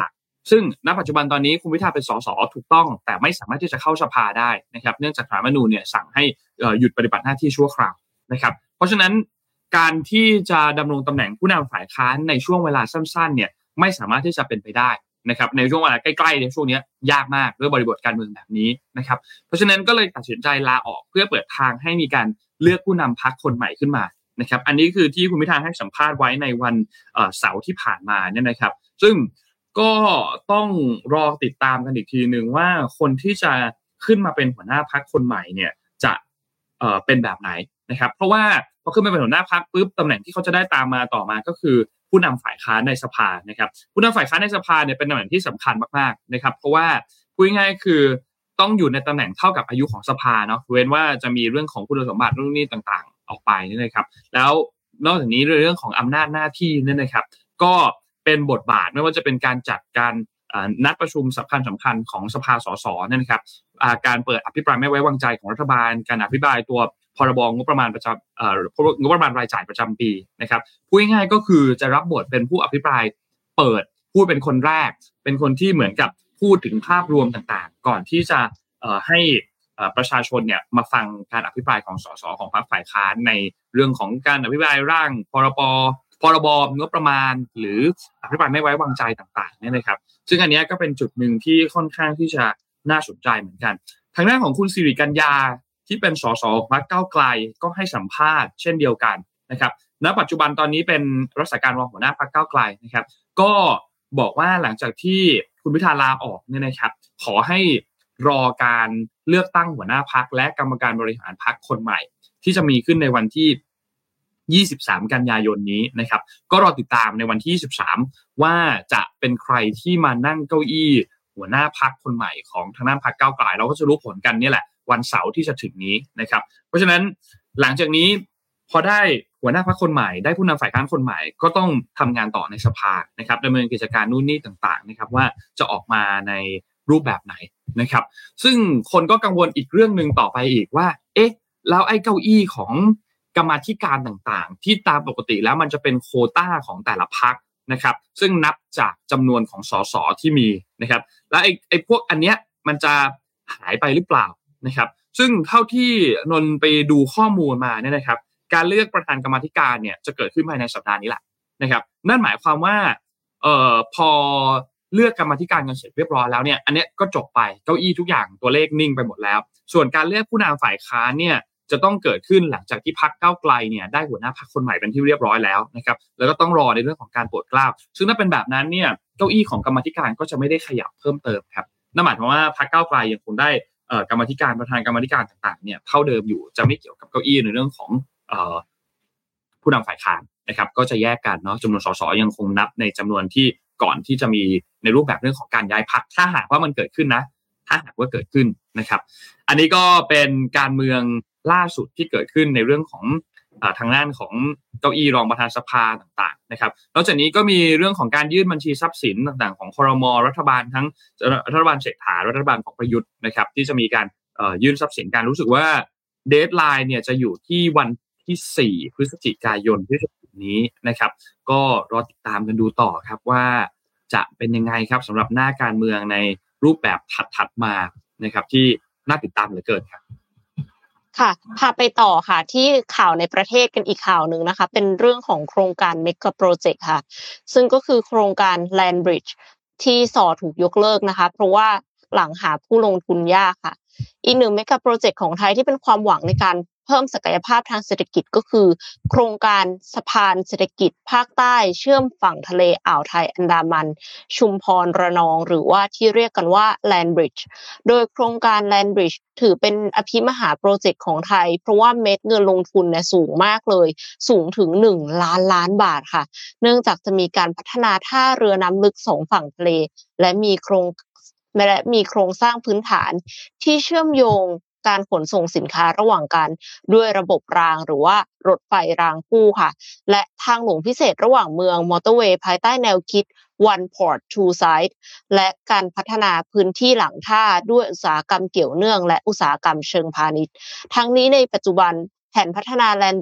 ซึ่งณปัจจุบันตอนนี้คุณพิธาเป็นสสถูกต้องแต่ไม่สามารถที่จะเข้าสภาได้นะครับเนื่องจากศาลรัฐธรรมนูญเนี่ยสั่งให้หยุดปฏิบัติหน้าที่ชั่วคราวนะครับเพราะฉะนั้นการที่จะดำรงตำแหน่งผู้นำฝ่ายค้านในช่วงเวลาสั้นๆเนี่ยไม่สามารถที่จะเป็นไปได้นะครับในช่วงเวลาใกล้ๆในช่วงนี้ยากมากด้วยบริบทการเมืองแบบนี้นะครับเพราะฉะนั้นก็เลยตัดสินใจลาออกเพื่อเปิดทางให้มีการเลือกผู้นำพรรคคนใหม่ขึ้นมานะครับอันนี้คือที่คุณพิธาให้สัมภาษณ์ไว้ในวันเสาร์ที่ผ่านมาเนี่ยนะครับซึ่งก็ต้องรอติดตามกันอีกทีนึงว่าคนที่จะขึ้นมาเป็นหัวหน้าพรรคคนใหม่เนี่ยจะเป็นแบบไหนนะครับเพราะว่าพอขึ้นมาเป็นหัวหน้าพรรคปุ๊บตำแหน่งที่เขาจะได้ตามมาต่อมาก็คือผู้นำฝ่ายค้านในสภานะครับผู้นำฝ่ายค้านในสภาเนี่ยเป็นตำแหน่งที่สำคัญมากๆนะครับเพราะว่าพูดง่ายๆคือต้องอยู่ในตำแหน่งเท่ากับอายุของสภาเนาะเว้นว่าจะมีเรื่องของคุณสมบัติเรื่องนี้ต่างๆออกไปนี่นะครับแล้วนอกจากนี้เรื่องของอำนาจหน้าที่นี่นะครับก็เป็นบทบาทไม่ว่าจะเป็นการจัดการนัดประชุมสำคัญของสภาสสเนี่ยนะครับการเปิดอภิปรายไม่ไว้วางใจของรัฐบาลการอภิปรายตัวพรบงบประมาณประจำงบประมาณรายจ่ายประจำปีนะครับพูดง่ายๆก็คือจะรับบทเป็นผู้อภิปรายเปิดพูดเป็นคนแรกเป็นคนที่เหมือนกับพูดถึงภาพรวมต่างๆก่อนที่จะให้ประชาชนเนี่ยมาฟังการอภิปรายของสสของพรรคฝ่ายค้านในเรื่องของการอภิปรายร่างพรบงบประมาณหรืออภิปรายไม่ไว้วางใจต่างๆเนี่ยนะครับซึ่งอันนี้ก็เป็นจุดหนึ่งที่ค่อนข้างที่จะน่าสนใจเหมือนกันทางด้านของคุณสิริกัญญาที่เป็นสสพรรคก้าวไกลก็ให้สัมภาษณ์เช่นเดียวกันนะครับณปัจจุบันตอนนี้เป็นรักษาการรองหัวหน้าพรรคก้าวไกลนะครับก็บอกว่าหลังจากที่คุณพิธาลาออกเนี่ยนะครับขอให้รอการเลือกตั้งหัวหน้าพรรคและกรรมการบริหารพรรคคนใหม่ที่จะมีขึ้นในวันที่23กันยายนนี้นะครับก็รอติดตามในวันที่23ว่าจะเป็นใครที่มานั่งเก้าอี้หัวหน้าพรรคคนใหม่ของทางด้านพรรคก้าวไกลเราก็จะรู้ผลกันนี่แหละวันเสาร์ที่จะถึงนี้นะครับเพราะฉะนั้นหลังจากนี้พอได้หัวหน้าพรรคคนใหม่ได้ผู้นำฝ่ายค้านคนใหม่ก็ต้องทำงานต่อในสภานะครับดำเนินกิจการนู่นนี่ต่างๆนะครับว่าจะออกมาในรูปแบบไหนนะครับซึ่งคนก็กังวลอีกเรื่องนึงต่อไปอีกว่าเอ๊ะแล้วไอ้เก้าอี้ของกรรมาธิการต่างๆที่ตามปกติแล้วมันจะเป็นโควต้าของแต่ละพรรคนะครับซึ่งนับจากจำนวนของสสที่มีนะครับแล้วไอ้พวกอันเนี้ยมันจะหายไปหรือเปล่านะครับซึ่งเท่าที่นนไปดูข้อมูลมาเนี่ยนะครับการเลือกประธานกรรมาธิการเนี่ยจะเกิดขึ้นภายในสัปดาห์นี้แหละนะครับนั่นหมายความว่าพอเลือกกรรมาธิการกันเสร็จเรียบร้อยแล้วเนี่ยอันเนี้ยก็จบไปเก้าอี้ทุกอย่างตัวเลขนิ่งไปหมดแล้วส่วนการเลือกผู้นำฝ่ายค้านเนี่ยจะต้องเกิดขึ้นหลังจากที่พรรคก้าวไกลเนี่ยได้หัวหน้าพรรคคนใหม่เป็นที่เรียบร้อยแล้วนะครับแล้วก็ต้องรอในเรื่องของการโปรดเกล้าซึ่งถ้าเป็นแบบนั้นเนี่ยเก้าอี้ของกรรมาธิการก็จะไม่ได้ขยับเพิ่มเติมครับนั่นหมายความว่าพรรคก้าวไกลยังคงได้กรรมาธิการประธานกรรมาธิการต่างๆเนี่ยเท่าเดิมอยู่จะไม่เกี่ยวกับเก้าอี้ในเรื่องของผู้นำฝ่ายค้านนะครับก็จะแยกกันเนาะจำนวนสสยังคงนับในจำนวนที่ก่อนที่จะมีในรูปแบบเรื่องของการย้ายพรรคถ้าหากว่ามันเกิดขึ้นนะถ้าหากว่าเกิดขึ้นนะครับอันนี้ก็เป็นการเมืองล่าสุดที่เกิดขึ้นในเรื่องของทางด้านของเก้าอี้รองประธานสภาต่างๆนะครับนอกจากนี้ก็มีเรื่องของการยื่นบัญชีทรัพย์สินต่างๆของครม.รัฐบาลทั้งรัฐบาลเศรษฐารัฐบาลของประยุทธ์นะครับที่จะมีการยื่นทรัพย์สินการรู้สึกว่าเดดไลน์เนี่ยจะอยู่ที่วันที่4พฤศจิกายนที่จะถึงนี้นะครับก็รอติดตามกันดูต่อครับว่าจะเป็นยังไงครับสำหรับหน้าการเมืองในรูปแบบถัดมานะครับที่น่าติดตามเหลือเกินครับค่ะพาไปต่อค่ะที่ข่าวในประเทศกันอีกข่าวหนึ่งนะคะเป็นเรื่องของโครงการเมกะโปรเจกต์ค่ะซึ่งก็คือโครงการ Land Bridge ที่ถูกยกเลิกนะคะเพราะว่าหลังหาผู้ลงทุนยากค่ะอีกหนึ่งเมกะโปรเจกต์ของไทยที่เป็นความหวังในการเพิ่มศักยภาพทางเศรษฐกิจก็คือโครงการสะพานเศรษฐกิจภาคใต้เชื่อมฝั่งทะเลอ่าวไทยอันดามันชุมพรระนองหรือว่าที่เรียกกันว่า Land Bridge โดยโครงการ Land Bridge ถือเป็นอภิมหาโปรเจกต์ของไทยเพราะว่าเม็ดเงินลงทุนเนี่ยสูงมากเลยสูงถึง1 ล้านบาทค่ะเนื่องจากจะมีการพัฒนาท่าเรือน้ำลึก2ฝั่งทะเลและมีโครงสร้างพื้นฐานที่เชื่อมโยงการขนส่งสินค้าระหว่างกันด้วยระบบรางหรือว่ารถไฟรางคู่ค่ะและทางหลวงพิเศษระหว่างเมืองมอเตอร์เวย์ภายใต้แนวคิด One Port Two Sides และการพัฒนาพื้นที่หลังท่าด้วยอุตสาหกรรมเกี่ยวเนื่องและอุตสาหกรรมเชิงพาณิชย์ทั้งนี้ในปัจจุบันแผนพัฒนา Land Bridge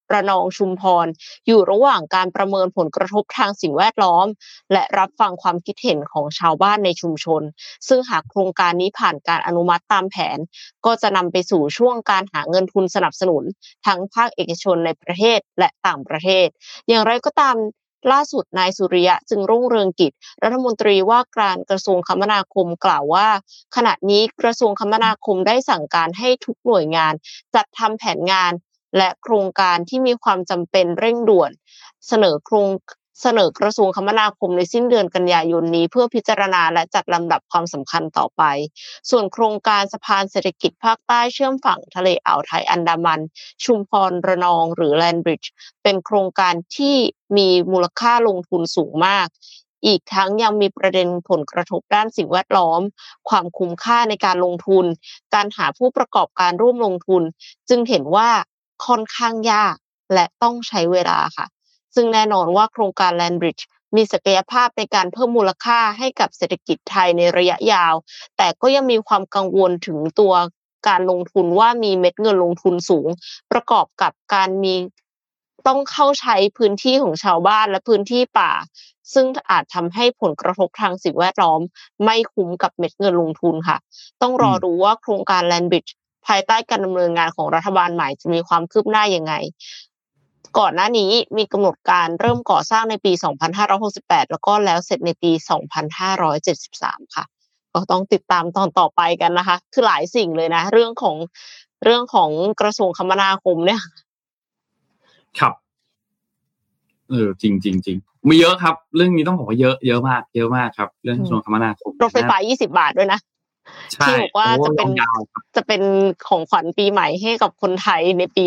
ระนองชุมพรอยู่ระหว่างการประเมินผลกระทบทางสิ่งแวดล้อมและรับฟังความคิดเห็นของชาวบ้านในชุมชนซึ่งหากโครงการนี้ผ่านการอนุมัติตามแผนก็จะนำไปสู่ช่วงการหาเงินทุนสนับสนุนทั้งภาคเอกชนในประเทศและต่างประเทศอย่างไรก็ตามล่าสุดนายสุริยะจึงรุ่งเรืองกิจรัฐมนตรีว่าการกระทรวงคมนาคมกล่าวว่าขณะนี้กระทรวงคมนาคมได้สั่งการให้ทุกหน่วยงานจัดทำแผนงานและโครงการที่มีความจำเป็นเร่งด่วนเสนอกระทรวงคมนาคมในสิ้นเดือนกันยายนนี้เพื่อพิจารณาและจัดลำดับความสำคัญต่อไปส่วนโครงการสะพานเศรษฐกิจภาคใต้เชื่อมฝั่งทะเลอ่าวไทยอันดามันชุมพรระนองหรือ Land Bridge เป็นโครงการที่มีมูลค่าลงทุนสูงมากอีกทั้งยังมีประเด็นผลกระทบด้านสิ่งแวดล้อมความคุ้มค่าในการลงทุนการหาผู้ประกอบการร่วมลงทุนจึงเห็นว่าค่อนข้างยากและต้องใช้เวลาค่ะซึ่งแน่นอนว่าโครงการ Land Bridge มีศักยภาพในการเพิ่มมูลค่าให้กับเศรษฐกิจไทยในระยะยาวแต่ก็ยังมีความกังวลถึงตัวการลงทุนว่ามีเม็ดเงินลงทุนสูงประกอบกับการต้องเข้าใช้พื้นที่ของชาวบ้านและพื้นที่ป่าซึ่งอาจทำให้ผลกระทบทางสิ่งแวดล้อมไม่คุ้มกับเม็ดเงินลงทุนค่ะต้องรอดูว่าโครงการ Land Bridge ภายใต้การดำเนินงานของรัฐบาลใหม่จะมีความคืบหน้ายังไงก่อนหน้านี้มีกำหนดการเริ่มก่อสร้างในปี 2568 แล้วก็แล้วเสร็จในปี 2573 ค่ะก็ต้องติดตามตอนต่อไปกันนะคะคือหลายสิ่งเลยนะเรื่องของกระทรวงคมนาคมเนี่ยครับจริงจริงจริงมีเยอะครับเรื่องนี้ต้องบอกว่าเยอะมากครับเรื่องกระทรวงคมนาคมรถไฟฟ้า20 บาทด้วยนะที่บอกว่าจะเป็นของขวัญปีใหม่ให้กับคนไทยในปี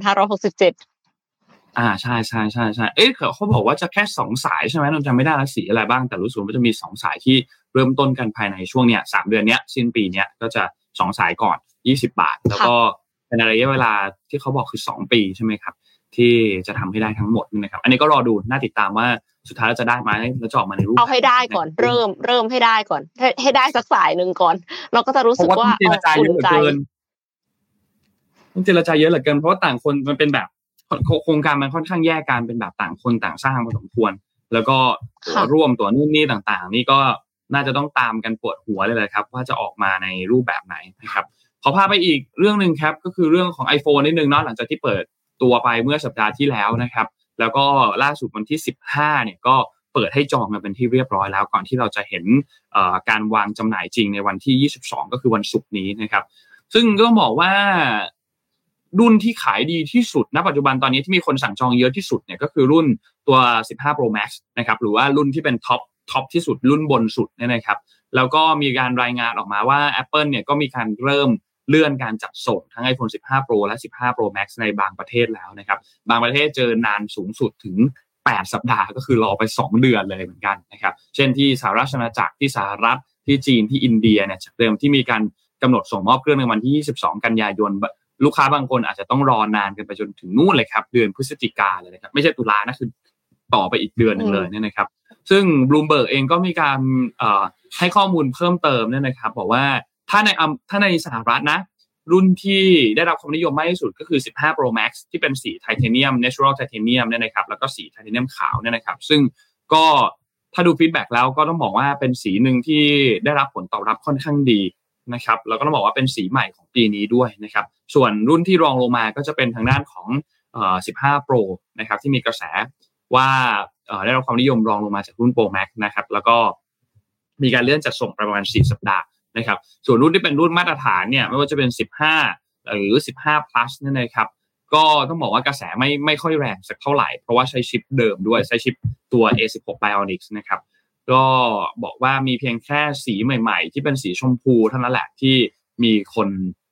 2567 ใช่เขาบอกว่าจะแค่2สายใช่ไหมเราจำไม่ได้แล้วสีอะไรบ้างแต่รู้สึกว่าจะมี2สายที่เริ่มต้นกันภายในช่วงเนี้ย3เดือนเนี้ยสิ้นปีเนี้ยก็จะ2สายก่อน20 บาทแล้วก็เป็นระยะเวลาที่เขาบอกคือ2ปีใช่ไหมครับที่จะทำให้ได้ทั้งหมดนี่นะครับอันนี้ก็รอดูน่าติดตามว่าสุดท้ายเราจะได้ไหมแล้วจะออกมาในรูปเอาให้ได้ก่อนเริ่มให้ได้ก่อนให้ได้สักสายนึงก่อนเราก็จะรู้สึกว่าเจรจาเยอะเหลือเกินเจรจาเยอะเหลือเกินเพราะว่าต่างคนมันเป็นแบบโครงการมันค่อนข้างแยกกันเป็นแบบต่างคนต่างสร้างพอสมควรแล้วก็ตัวร่วมตัวนู่นนี่ต่างๆนี่ก็น่าจะต้องตามกันปวดหัวเลยครับว่าจะออกมาในรูปแบบไหนนะครับขอพาไปอีกเรื่องนึงครับก็คือเรื่องของ iPhone นิดนึงเนาะหลังจากที่เปิดตัวไปเมื่อสัปดาห์ที่แล้วนะครับแล้วก็ล่าสุดวันที่15เนี่ยก็เปิดให้จองกันเป็นที่เรียบร้อยแล้วก่อนที่เราจะเห็นการวางจำหน่ายจริงในวันที่22ก็คือวันศุกร์นี้นะครับซึ่งก็ต้องบอกว่ารุ่นที่ขายดีที่สุดณปัจจุบันตอนนี้ที่มีคนสั่งจองเยอะที่สุดเนี่ยก็คือรุ่นตัว15 Pro Max นะครับหรือว่ารุ่นที่เป็นท็อปที่สุดรุ่นบนสุดเนี่ยนะครับแล้วก็มีการรายงานออกมาว่า Apple เนี่ยก็มีการเริ่มเลื่อนการจัดส่งทั้ง iPhone 15 Pro และ15 Pro Max ในบางประเทศแล้วนะครับบางประเทศเจอนานสูงสุดถึง8 สัปดาห์ก็คือรอไป2 เดือนเลยเหมือนกันนะครับเช่นที่สหราชอาณาจักรที่สหรัฐที่จีนที่อินเดียเนี่ยจากเดิมที่มีการกำหนดส่งมอบเครื่องในวันที่22 กันยายนลูกค้าบางคนอาจจะต้องรอนานกันไปจนถึงนู่นเลยครับเดือนพฤศจิกายนเลยนะครับไม่ใช่ตุลานะคือต่อไปอีกเดือนนึงเลยเนี่ยนะครับซึ่ง Bloomberg เองก็มีการให้ข้อมูลเพิ่มเติมเนี่ยนะครับบอกว่าถ้าในสหรัฐนะรุ่นที่ได้รับความนิยมมากที่สุดก็คือ15 Pro Max ที่เป็นสีไทเทเนียม Natural Titanium เนี่ยนะครับแล้วก็สีไทเทเนียมขาวเนี่ยนะครับซึ่งก็ถ้าดูฟีดแบ็กแล้วก็ต้องบอกว่าเป็นสีนึงที่ได้รับผลตอบรับค่อนข้างดีนะครับแล้วก็ต้องบอกว่าเป็นสีใหม่ของปีนี้ด้วยนะครับส่วนรุ่นที่รองลงมาก็จะเป็นทางด้านของ15 Pro นะครับที่มีกระแสว่าได้รับความนิยมรองลงมาจากรุ่น Pro Max นะครับแล้วก็มีการเลื่อนจัดส่งประมาณ4 สัปดาห์นะครับส่วนรุ่นที่เป็นรุ่นมาตรฐานเนี่ยไม่ว่าจะเป็น15หรือ15 plus เนี่ยนะครับก็ต้องบอกว่ากระแสไม่ค่อยแรงสักเท่าไหร่เพราะว่าใช้ชิปเดิมด้วยใช้ชิปตัว A16 Bionics นะครับก็บอกว่ามีเพียงแค่สีใหม่ๆที่เป็นสีชมพูเท่านั้นแหละที่มีคน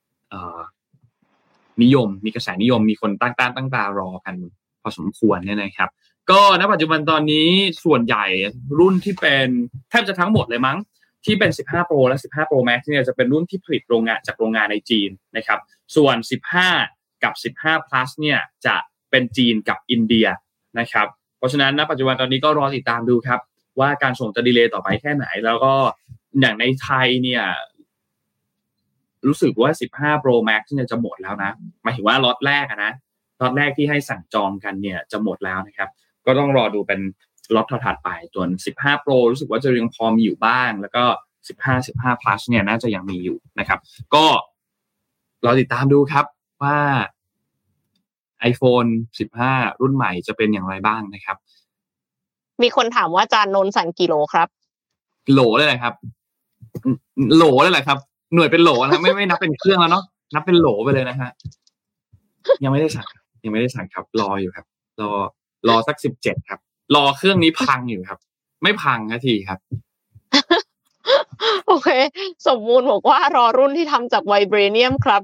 นิยมมีกระแสนิยมมีคนตั้งตารอกันพอสมควรเนี่ยนะครับก็ณปัจจุบันตอนนี้ส่วนใหญ่รุ่นที่เป็นแทบจะทั้งหมดเลยมั้งที่เป็น15 Pro และ15 Pro Max เนี่ยจะเป็นรุ่นที่ผลิตโรงงานในจีนนะครับส่วน15กับ15 Plus เนี่ยจะเป็นจีนกับอินเดียนะครับเพราะฉะนั้นณปัจจุบันตอนนี้ก็รอติดตามดูครับว่าการส่งจะดีเลย์ต่อไปแค่ไหนแล้วก็อย่างในไทยเนี่ยรู้สึกว่า15 Pro Max เนี่ยจะหมดแล้วนะหมายถึงว่าล็อตแรกนะล็อตแรกที่ให้สั่งจองกันเนี่ยจะหมดแล้วนะครับก็ต้องรอดูเป็นล็อตถัดไปส่วน15 Pro รู้สึกว่าจะยังพอมีอยู่บ้างแล้วก็15 Plus เนี่ยน่าจะยังมีอยู่นะครับก็รอติดตามดูครับว่า iPhone 15 รุ่นใหม่จะเป็นอย่างไรบ้างนะครับมีคนถามว่าอาจารย์นนท์สั่งกี่โลครับโหลเลยแหละครับโหลเลยแหละครับหน่วยเป็นโหลนะไม่นับเป็นเครื่องแล้วเนาะนับเป็นโหลไปเลยนะฮะยังไม่ได้สั่งครับรออยู่ครับรอสัก17ครับรอเครื่องนี้พังอยู่ครับไม่พังนาทีครับโอเคสมมูลบอกว่ารอรุ่นที่ทำจากไวเบรเนียมครับ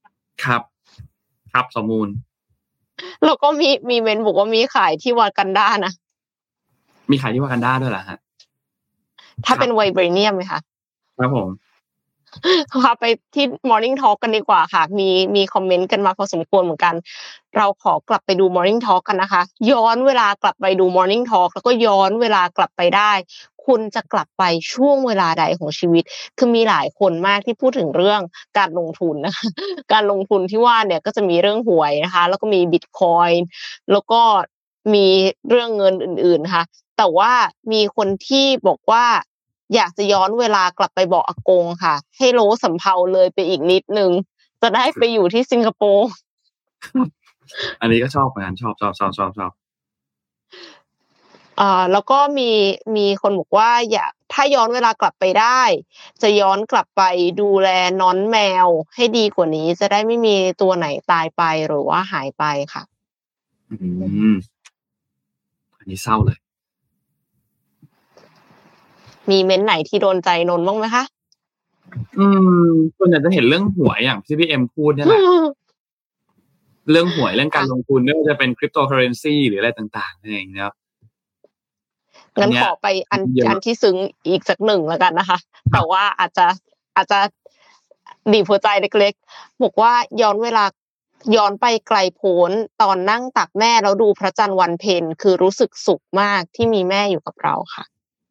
ครับสมมูลแล้วก็มีเมนบอกว่ามีขายที่วากันดานะมีขายที่วากันดาด้วยเหรอฮะถ้าเป็นไวเบรเนียมไหมคะครับผมพาไปที่ Morning Talk กันดีกว่าค่ะมีคอมเมนต์กันมาพอสมควรเหมือนกันเราขอกลับไปดู Morning Talk กันนะคะย้อนเวลากลับไปดู Morning Talk แล้วก็ย้อนเวลากลับไปได้คุณจะกลับไปช่วงเวลาใดของชีวิตคือมีหลายคนมากที่พูดถึงเรื่องการลงทุนนะคะการลงทุนที่ว่าเนี่ยก็จะมีเรื่องหวยนะคะแล้วก็มี Bitcoin แล้วก็มีเรื่องเงินอื่นๆค่ะแต่ว่ามีคนที่บอกว่าอยากจะย้อนเวลากลับไปบอกอากงค่ะให้โลสำเภาเลยไปอีกนิดนึงจะได้ไปอยู่ที่สิงคโปร์อันนี้ก็ชอบเหมือนกันชอบแล้วก็มีคนบอกว่าอยากถ้าย้อนเวลากลับไปได้จะย้อนกลับไปดูแลน้องแมวให้ดีกว่านี้จะได้ไม่มีตัวไหนตายไปหรือว่าหายไปค่ะอันนี้เศร้าเลยมีเม้นไหนที่โดนใจนนบ้างไหมคะส่วนใหญ่จะเห็นเรื่องหวยอย่างที่พี่เอ็มพูดเนี่ยแหละเรื่องหวยเรื่องการลงทุนไม่ว่าจะเป็นคริปโตเคอเรนซีหรืออะไรต่างๆนั่นเองนะครับงั้นขอไปอันที่ซึ้งอีกสักหนึ่งแล้วกันนะคะแต่ว่าอาจจะดีบหัวใจเล็กๆบอกว่าย้อนไปไกลโพ้นตอนนั่งตักแม่แล้วดูพระจันทร์วันเพ็ญคือรู้สึกสุขมากที่มีแม่อยู่กับเราค่ะ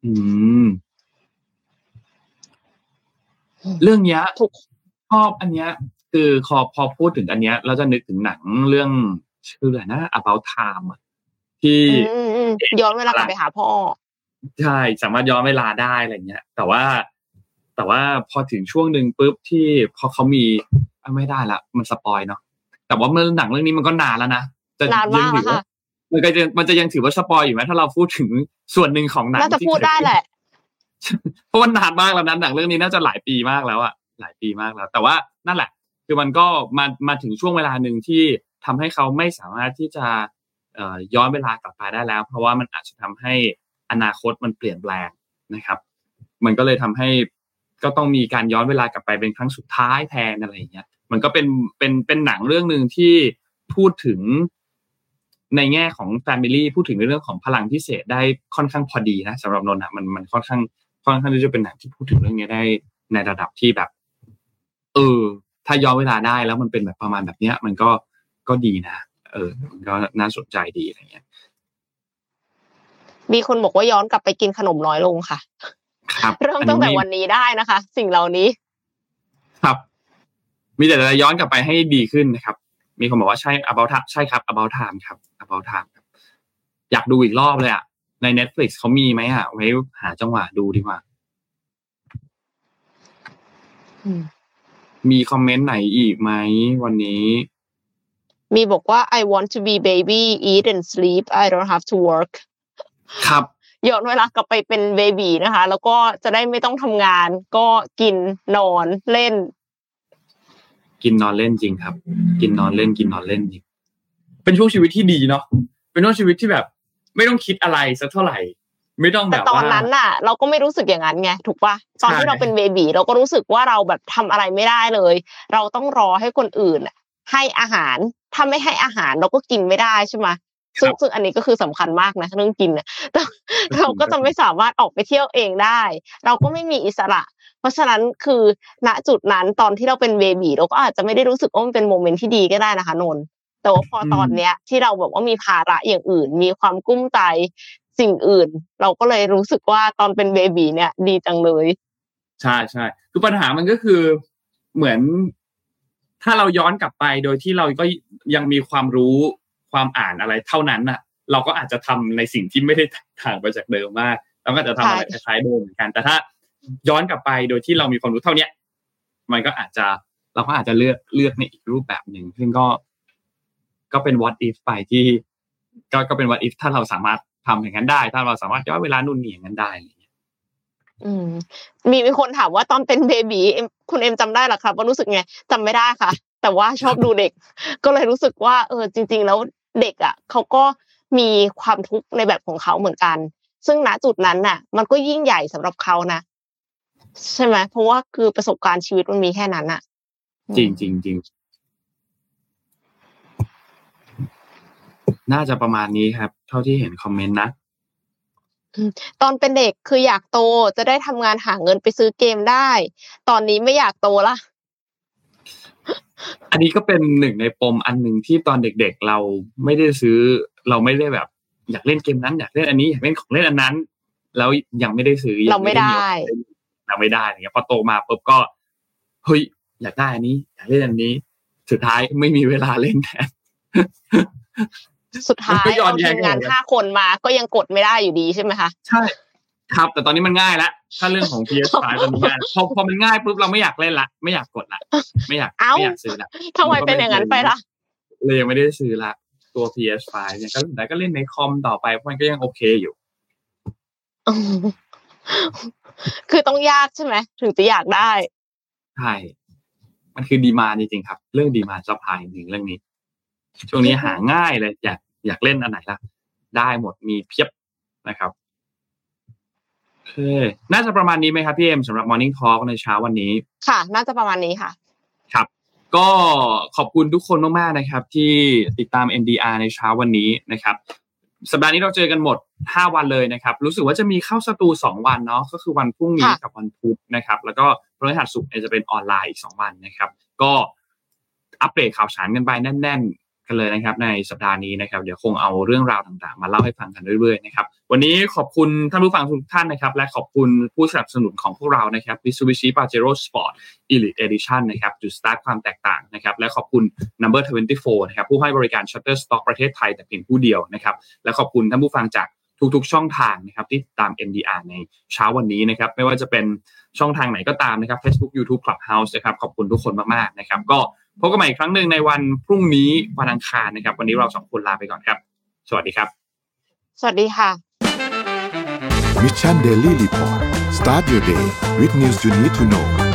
เรื่องเนี้ยชอบอันเนี้ยคือพอพูดถึงอันเนี้ยเราจะนึกถึงหนังเรื่องชื่ออะไรนะ About Time ที่ย้อนเวลากลับไปหาพ่อใช่สามารถย้อนเวลาได้อะไรเงี้ยแต่ว่าพอถึงช่วงนึงปุ๊บที่พอเขามีไม่ได้ละมันสปอยเนาะแต่ว่าเมื่อหนังเรื่องนี้มันก็นานแล้วนะจะยังถือว่ามันจะยังถือว่าสปอยอยู่ไหมถ้าเราพูดถึงส่วนหนึ่งของหนังน่าจะพูดได้แหละเพราะว่านานมากแล้วนะหนังเรื่องนี้น่าจะหลายปีมากแล้วอะหลายปีมากแล้วแต่ว่านั่นแหละคือมันก็มาถึงช่วงเวลานึงที่ทำให้เขาไม่สามารถที่จะย้อนเวลากลับไปได้แล้วเพราะว่ามันอาจจะทำให้อนาคตมันเปลี่ยนแปลงนะครับมันก็เลยทำให้ก็ต้องมีการย้อนเวลากลับไปเป็นครั้งสุดท้ายแทนอะไรอย่างเงี้ยมันก็เป็นหนังเรื่องนึงที่พูดถึงในแง่ของ family พูดถึงในเรื่องของพลังพิเศษได้ค่อนข้างพอดีนะสำหรับนนท์นะมันค่อนข้างที่จะเป็นหนังที่พูดถึงเรื่องนี้ได้ในระดับที่แบบถ้าย้อนเวลาได้แล้วมันเป็นแบบประมาณแบบเนี้ยมันก็ดีนะมันก็น่าสนใจดีอะไรเงี้ยมีคนบอกว่าย้อนกลับไปกินขนมน้อยลงค่ะครับเริ่มตั้งแต่วันนี้ได้นะคะสิ่งเหล่านี้ครับมีแต่จะย้อนกลับไปให้ดีขึ้นนะครับมีคนบอกว่าใช่ About Time ใช่ครับ About Time ครับ About Time ครับอยากดูอีกรอบเลยอ่ะใน Netflix เขามีไหมอ่ะไว้หาจังหวะดูดีกว่ามีคอมเมนต์ไหนอีกไหมวันนี้มีบอกว่า I want to be baby eat and sleep I don't have to work ครับย้อนเวลากลับไปเป็นเบบีนะคะแล้วก็จะได้ไม่ต้องทำงานก็กินนอนเล่นกินนอนเล่นจริงครับกินนอนเล่นจริงเป็นช่วงชีวิตที่ดีเนาะเป็นช่วงชีวิตที่แบบไม่ต้องคิดอะไรสักเท่าไหร่ไม่ต้องแบบแต่ตอนนั้นน่ะเราก็ไม่รู้สึกอย่างนั้นไงถูกป่ะตอนที่เราเป็นเบบีเราก็รู้สึกว่าเราแบบทำอะไรไม่ได้เลยเราต้องรอให้คนอื่นให้อาหารถ้าไม่ให้อาหารเราก็กินไม่ได้ใช่ไหมซึ่งอันนี้ก็คือสำคัญมากนะเรื่องกินเราก็จะไม่สามารถออกไปเที่ยวเองได้เราก็ไม่มีอิสระเพราะฉะนั้นคือณจุดนั้นตอนที่เราเป็นเบบีเราก็อาจจะไม่ได้รู้สึกว่ามันเป็นโมเมนต์ที่ดีก็ได้นะคะนนท์แต่ว่าพอตอนเนี้ยที่เราแบบว่ามีภาระอย่างอื่นมีความกุ้มใจสิ่งอื่นเราก็เลยรู้สึกว่าตอนเป็นเบบีเนี่ยดีจังเลยใช่ๆคือปัญหามันก็คือเหมือนถ้าเราย้อนกลับไปโดยที่เราก็ยังมีความรู้ความอ่านอะไรเท่านั้นน่ะเราก็อาจจะทำในสิ่งที่ไม่ได้ต่างไปจากเดิมมากเราก็จะทำอะไรคล้ายๆเดิมเหมือนกันแต่ถ้าย้อนกลับไปโดยที่เรามีความรู้เท่านี้มันก็อาจจะเราก็อาจจะเลือกในอีกรูปแบบนึงซึ่งก็เป็น what if ไปที่ก็เป็น what if ถ้าเราสามารถทำอย่างนั้นได้ถ้าเราสามารถย้อนเวลานู่นนี่อย่างนั้นได้อะไรอย่างเงี้ยมีคนถามว่าตอนเป็นเบบีคุณเอ็มจำได้หรอครับว่ารู้สึกไงจำไม่ได้ค่ะแต่ว่าชอบดูเด็กก็เลยรู้สึกว่าจริงๆแล้วเด็กอ่ะเขาก็มีความทุกข์ในแบบของเขาเหมือนกันซึ่งณจุดนั้นน่ะมันก็ยิ่งใหญ่สำหรับเขานะใช่ไหมเพราะว่าคือประสบการณ์ชีวิตมันมีแค่นั้นน่ะจริงน่าจะประมาณนี้ครับเท่าที่เห็นคอมเมนต์นะตอนเป็นเด็กคืออยากโตจะได้ทำงานหาเงินไปซื้อเกมได้ตอนนี้ไม่อยากโตละอันนี้ก็เป็นหนึ่งในปมอันนึงที่ตอนเด็กๆเราไม่ได้ซื้อเราไม่ได้แบบอยากเล่นเกมนั้นอยากเล่นอันนี้อยากเล่นของเล่นอันนั้นแล้วยังไม่ได้ซื้อเราไม่ได้อย่างเงี้ยพอโตมาปุ๊บก็เฮ้ยอยากได้อันนี้อยากเล่นอันนี้สุดท้ายไม่มีเวลาเล่นแทนสุดท้ายเอาทีมงาน5คนมาก็ยังกดไม่ได้อยู่ดีใช่ไหมคะใช่ครับแต่ตอนนี้มันง่ายแล้วถ้าเรื่องของ PS5 ตอนนี้ง่ายพอมันง่ายปุ๊บเราไม่อยากเล่นละไม่อยากกดละไม่อยากซื้อละทำไมเป็นอย่างนั้นไปล่ะเลยยังไม่ได้ซื้อละตัว PS5 เนี่ยก็เล่นในคอมต่อไปมันก็ยังโอเคอยู่คือต้องยากใช่ไหมถึงจะอยากได้ใช่มันคือดีมานด์จริงๆครับเรื่องดีมานด์ซัพพลายจริงเรื่องนี้ช่วงนี้หาง่ายเลยอยากเล่นอันไหนล่ะได้หมดมีเพียบนะครับโอเคน่าจะประมาณนี้ไหมครับพี่เอ็มสำหรับ Morning Talk ในเช้าวันนี้ค่ะน่าจะประมาณนี้ค่ะครับก็ขอบคุณทุกคนมากๆนะครับที่ติดตาม NDR ในเช้าวันนี้นะครับสัปดาห์นี้เราเจอกันหมด5วันเลยนะครับรู้สึกว่าจะมีเข้าสตู2วันเนาะก็คือวันพรุ่งนี้กับวันพุธนะครับแล้วก็พฤหัสศุกร์จะเป็นออนไลน์อีก2วันนะครับก็อัปเดตข่าวสารกันไปแน่นๆกันเลยนะครับในสัปดาห์นี้นะครับเดี๋ยวคงเอาเรื่องราวต่างๆมาเล่าให้ฟังกันเรื่อยๆนะครับวันนี้ขอบคุณท่านผู้ฟังทุกท่านนะครับและขอบคุณผู้สนับสนุนของพวกเรานะครับ Mitsubishi Pajero Sport Elite Edition นะครับจุดสตาร์ทความแตกต่างนะครับและขอบคุณ Number 24นะครับผู้ให้บริการ Shutterstock ประเทศไทยแต่เพียงผู้เดียวนะครับและขอบคุณท่านผู้ฟังจากทุกๆช่องทางนะครับที่ตาม NDR ในเช้าวันนี้นะครับไม่ว่าจะเป็นช่องทางไหนก็ตามนะครับ Facebook YouTube Clubhouse นะครับขอบคุณทุกคนมากๆนะครับก็พบกันใหม่อีกครั้งนึงในวันพรุ่งนี้วันอังคารนะครับวันนี้เรา2คนลาไปก่อนครับสวัสดีครับสวัสดีค่ะ Mission Daily Report Start your day with news you need to know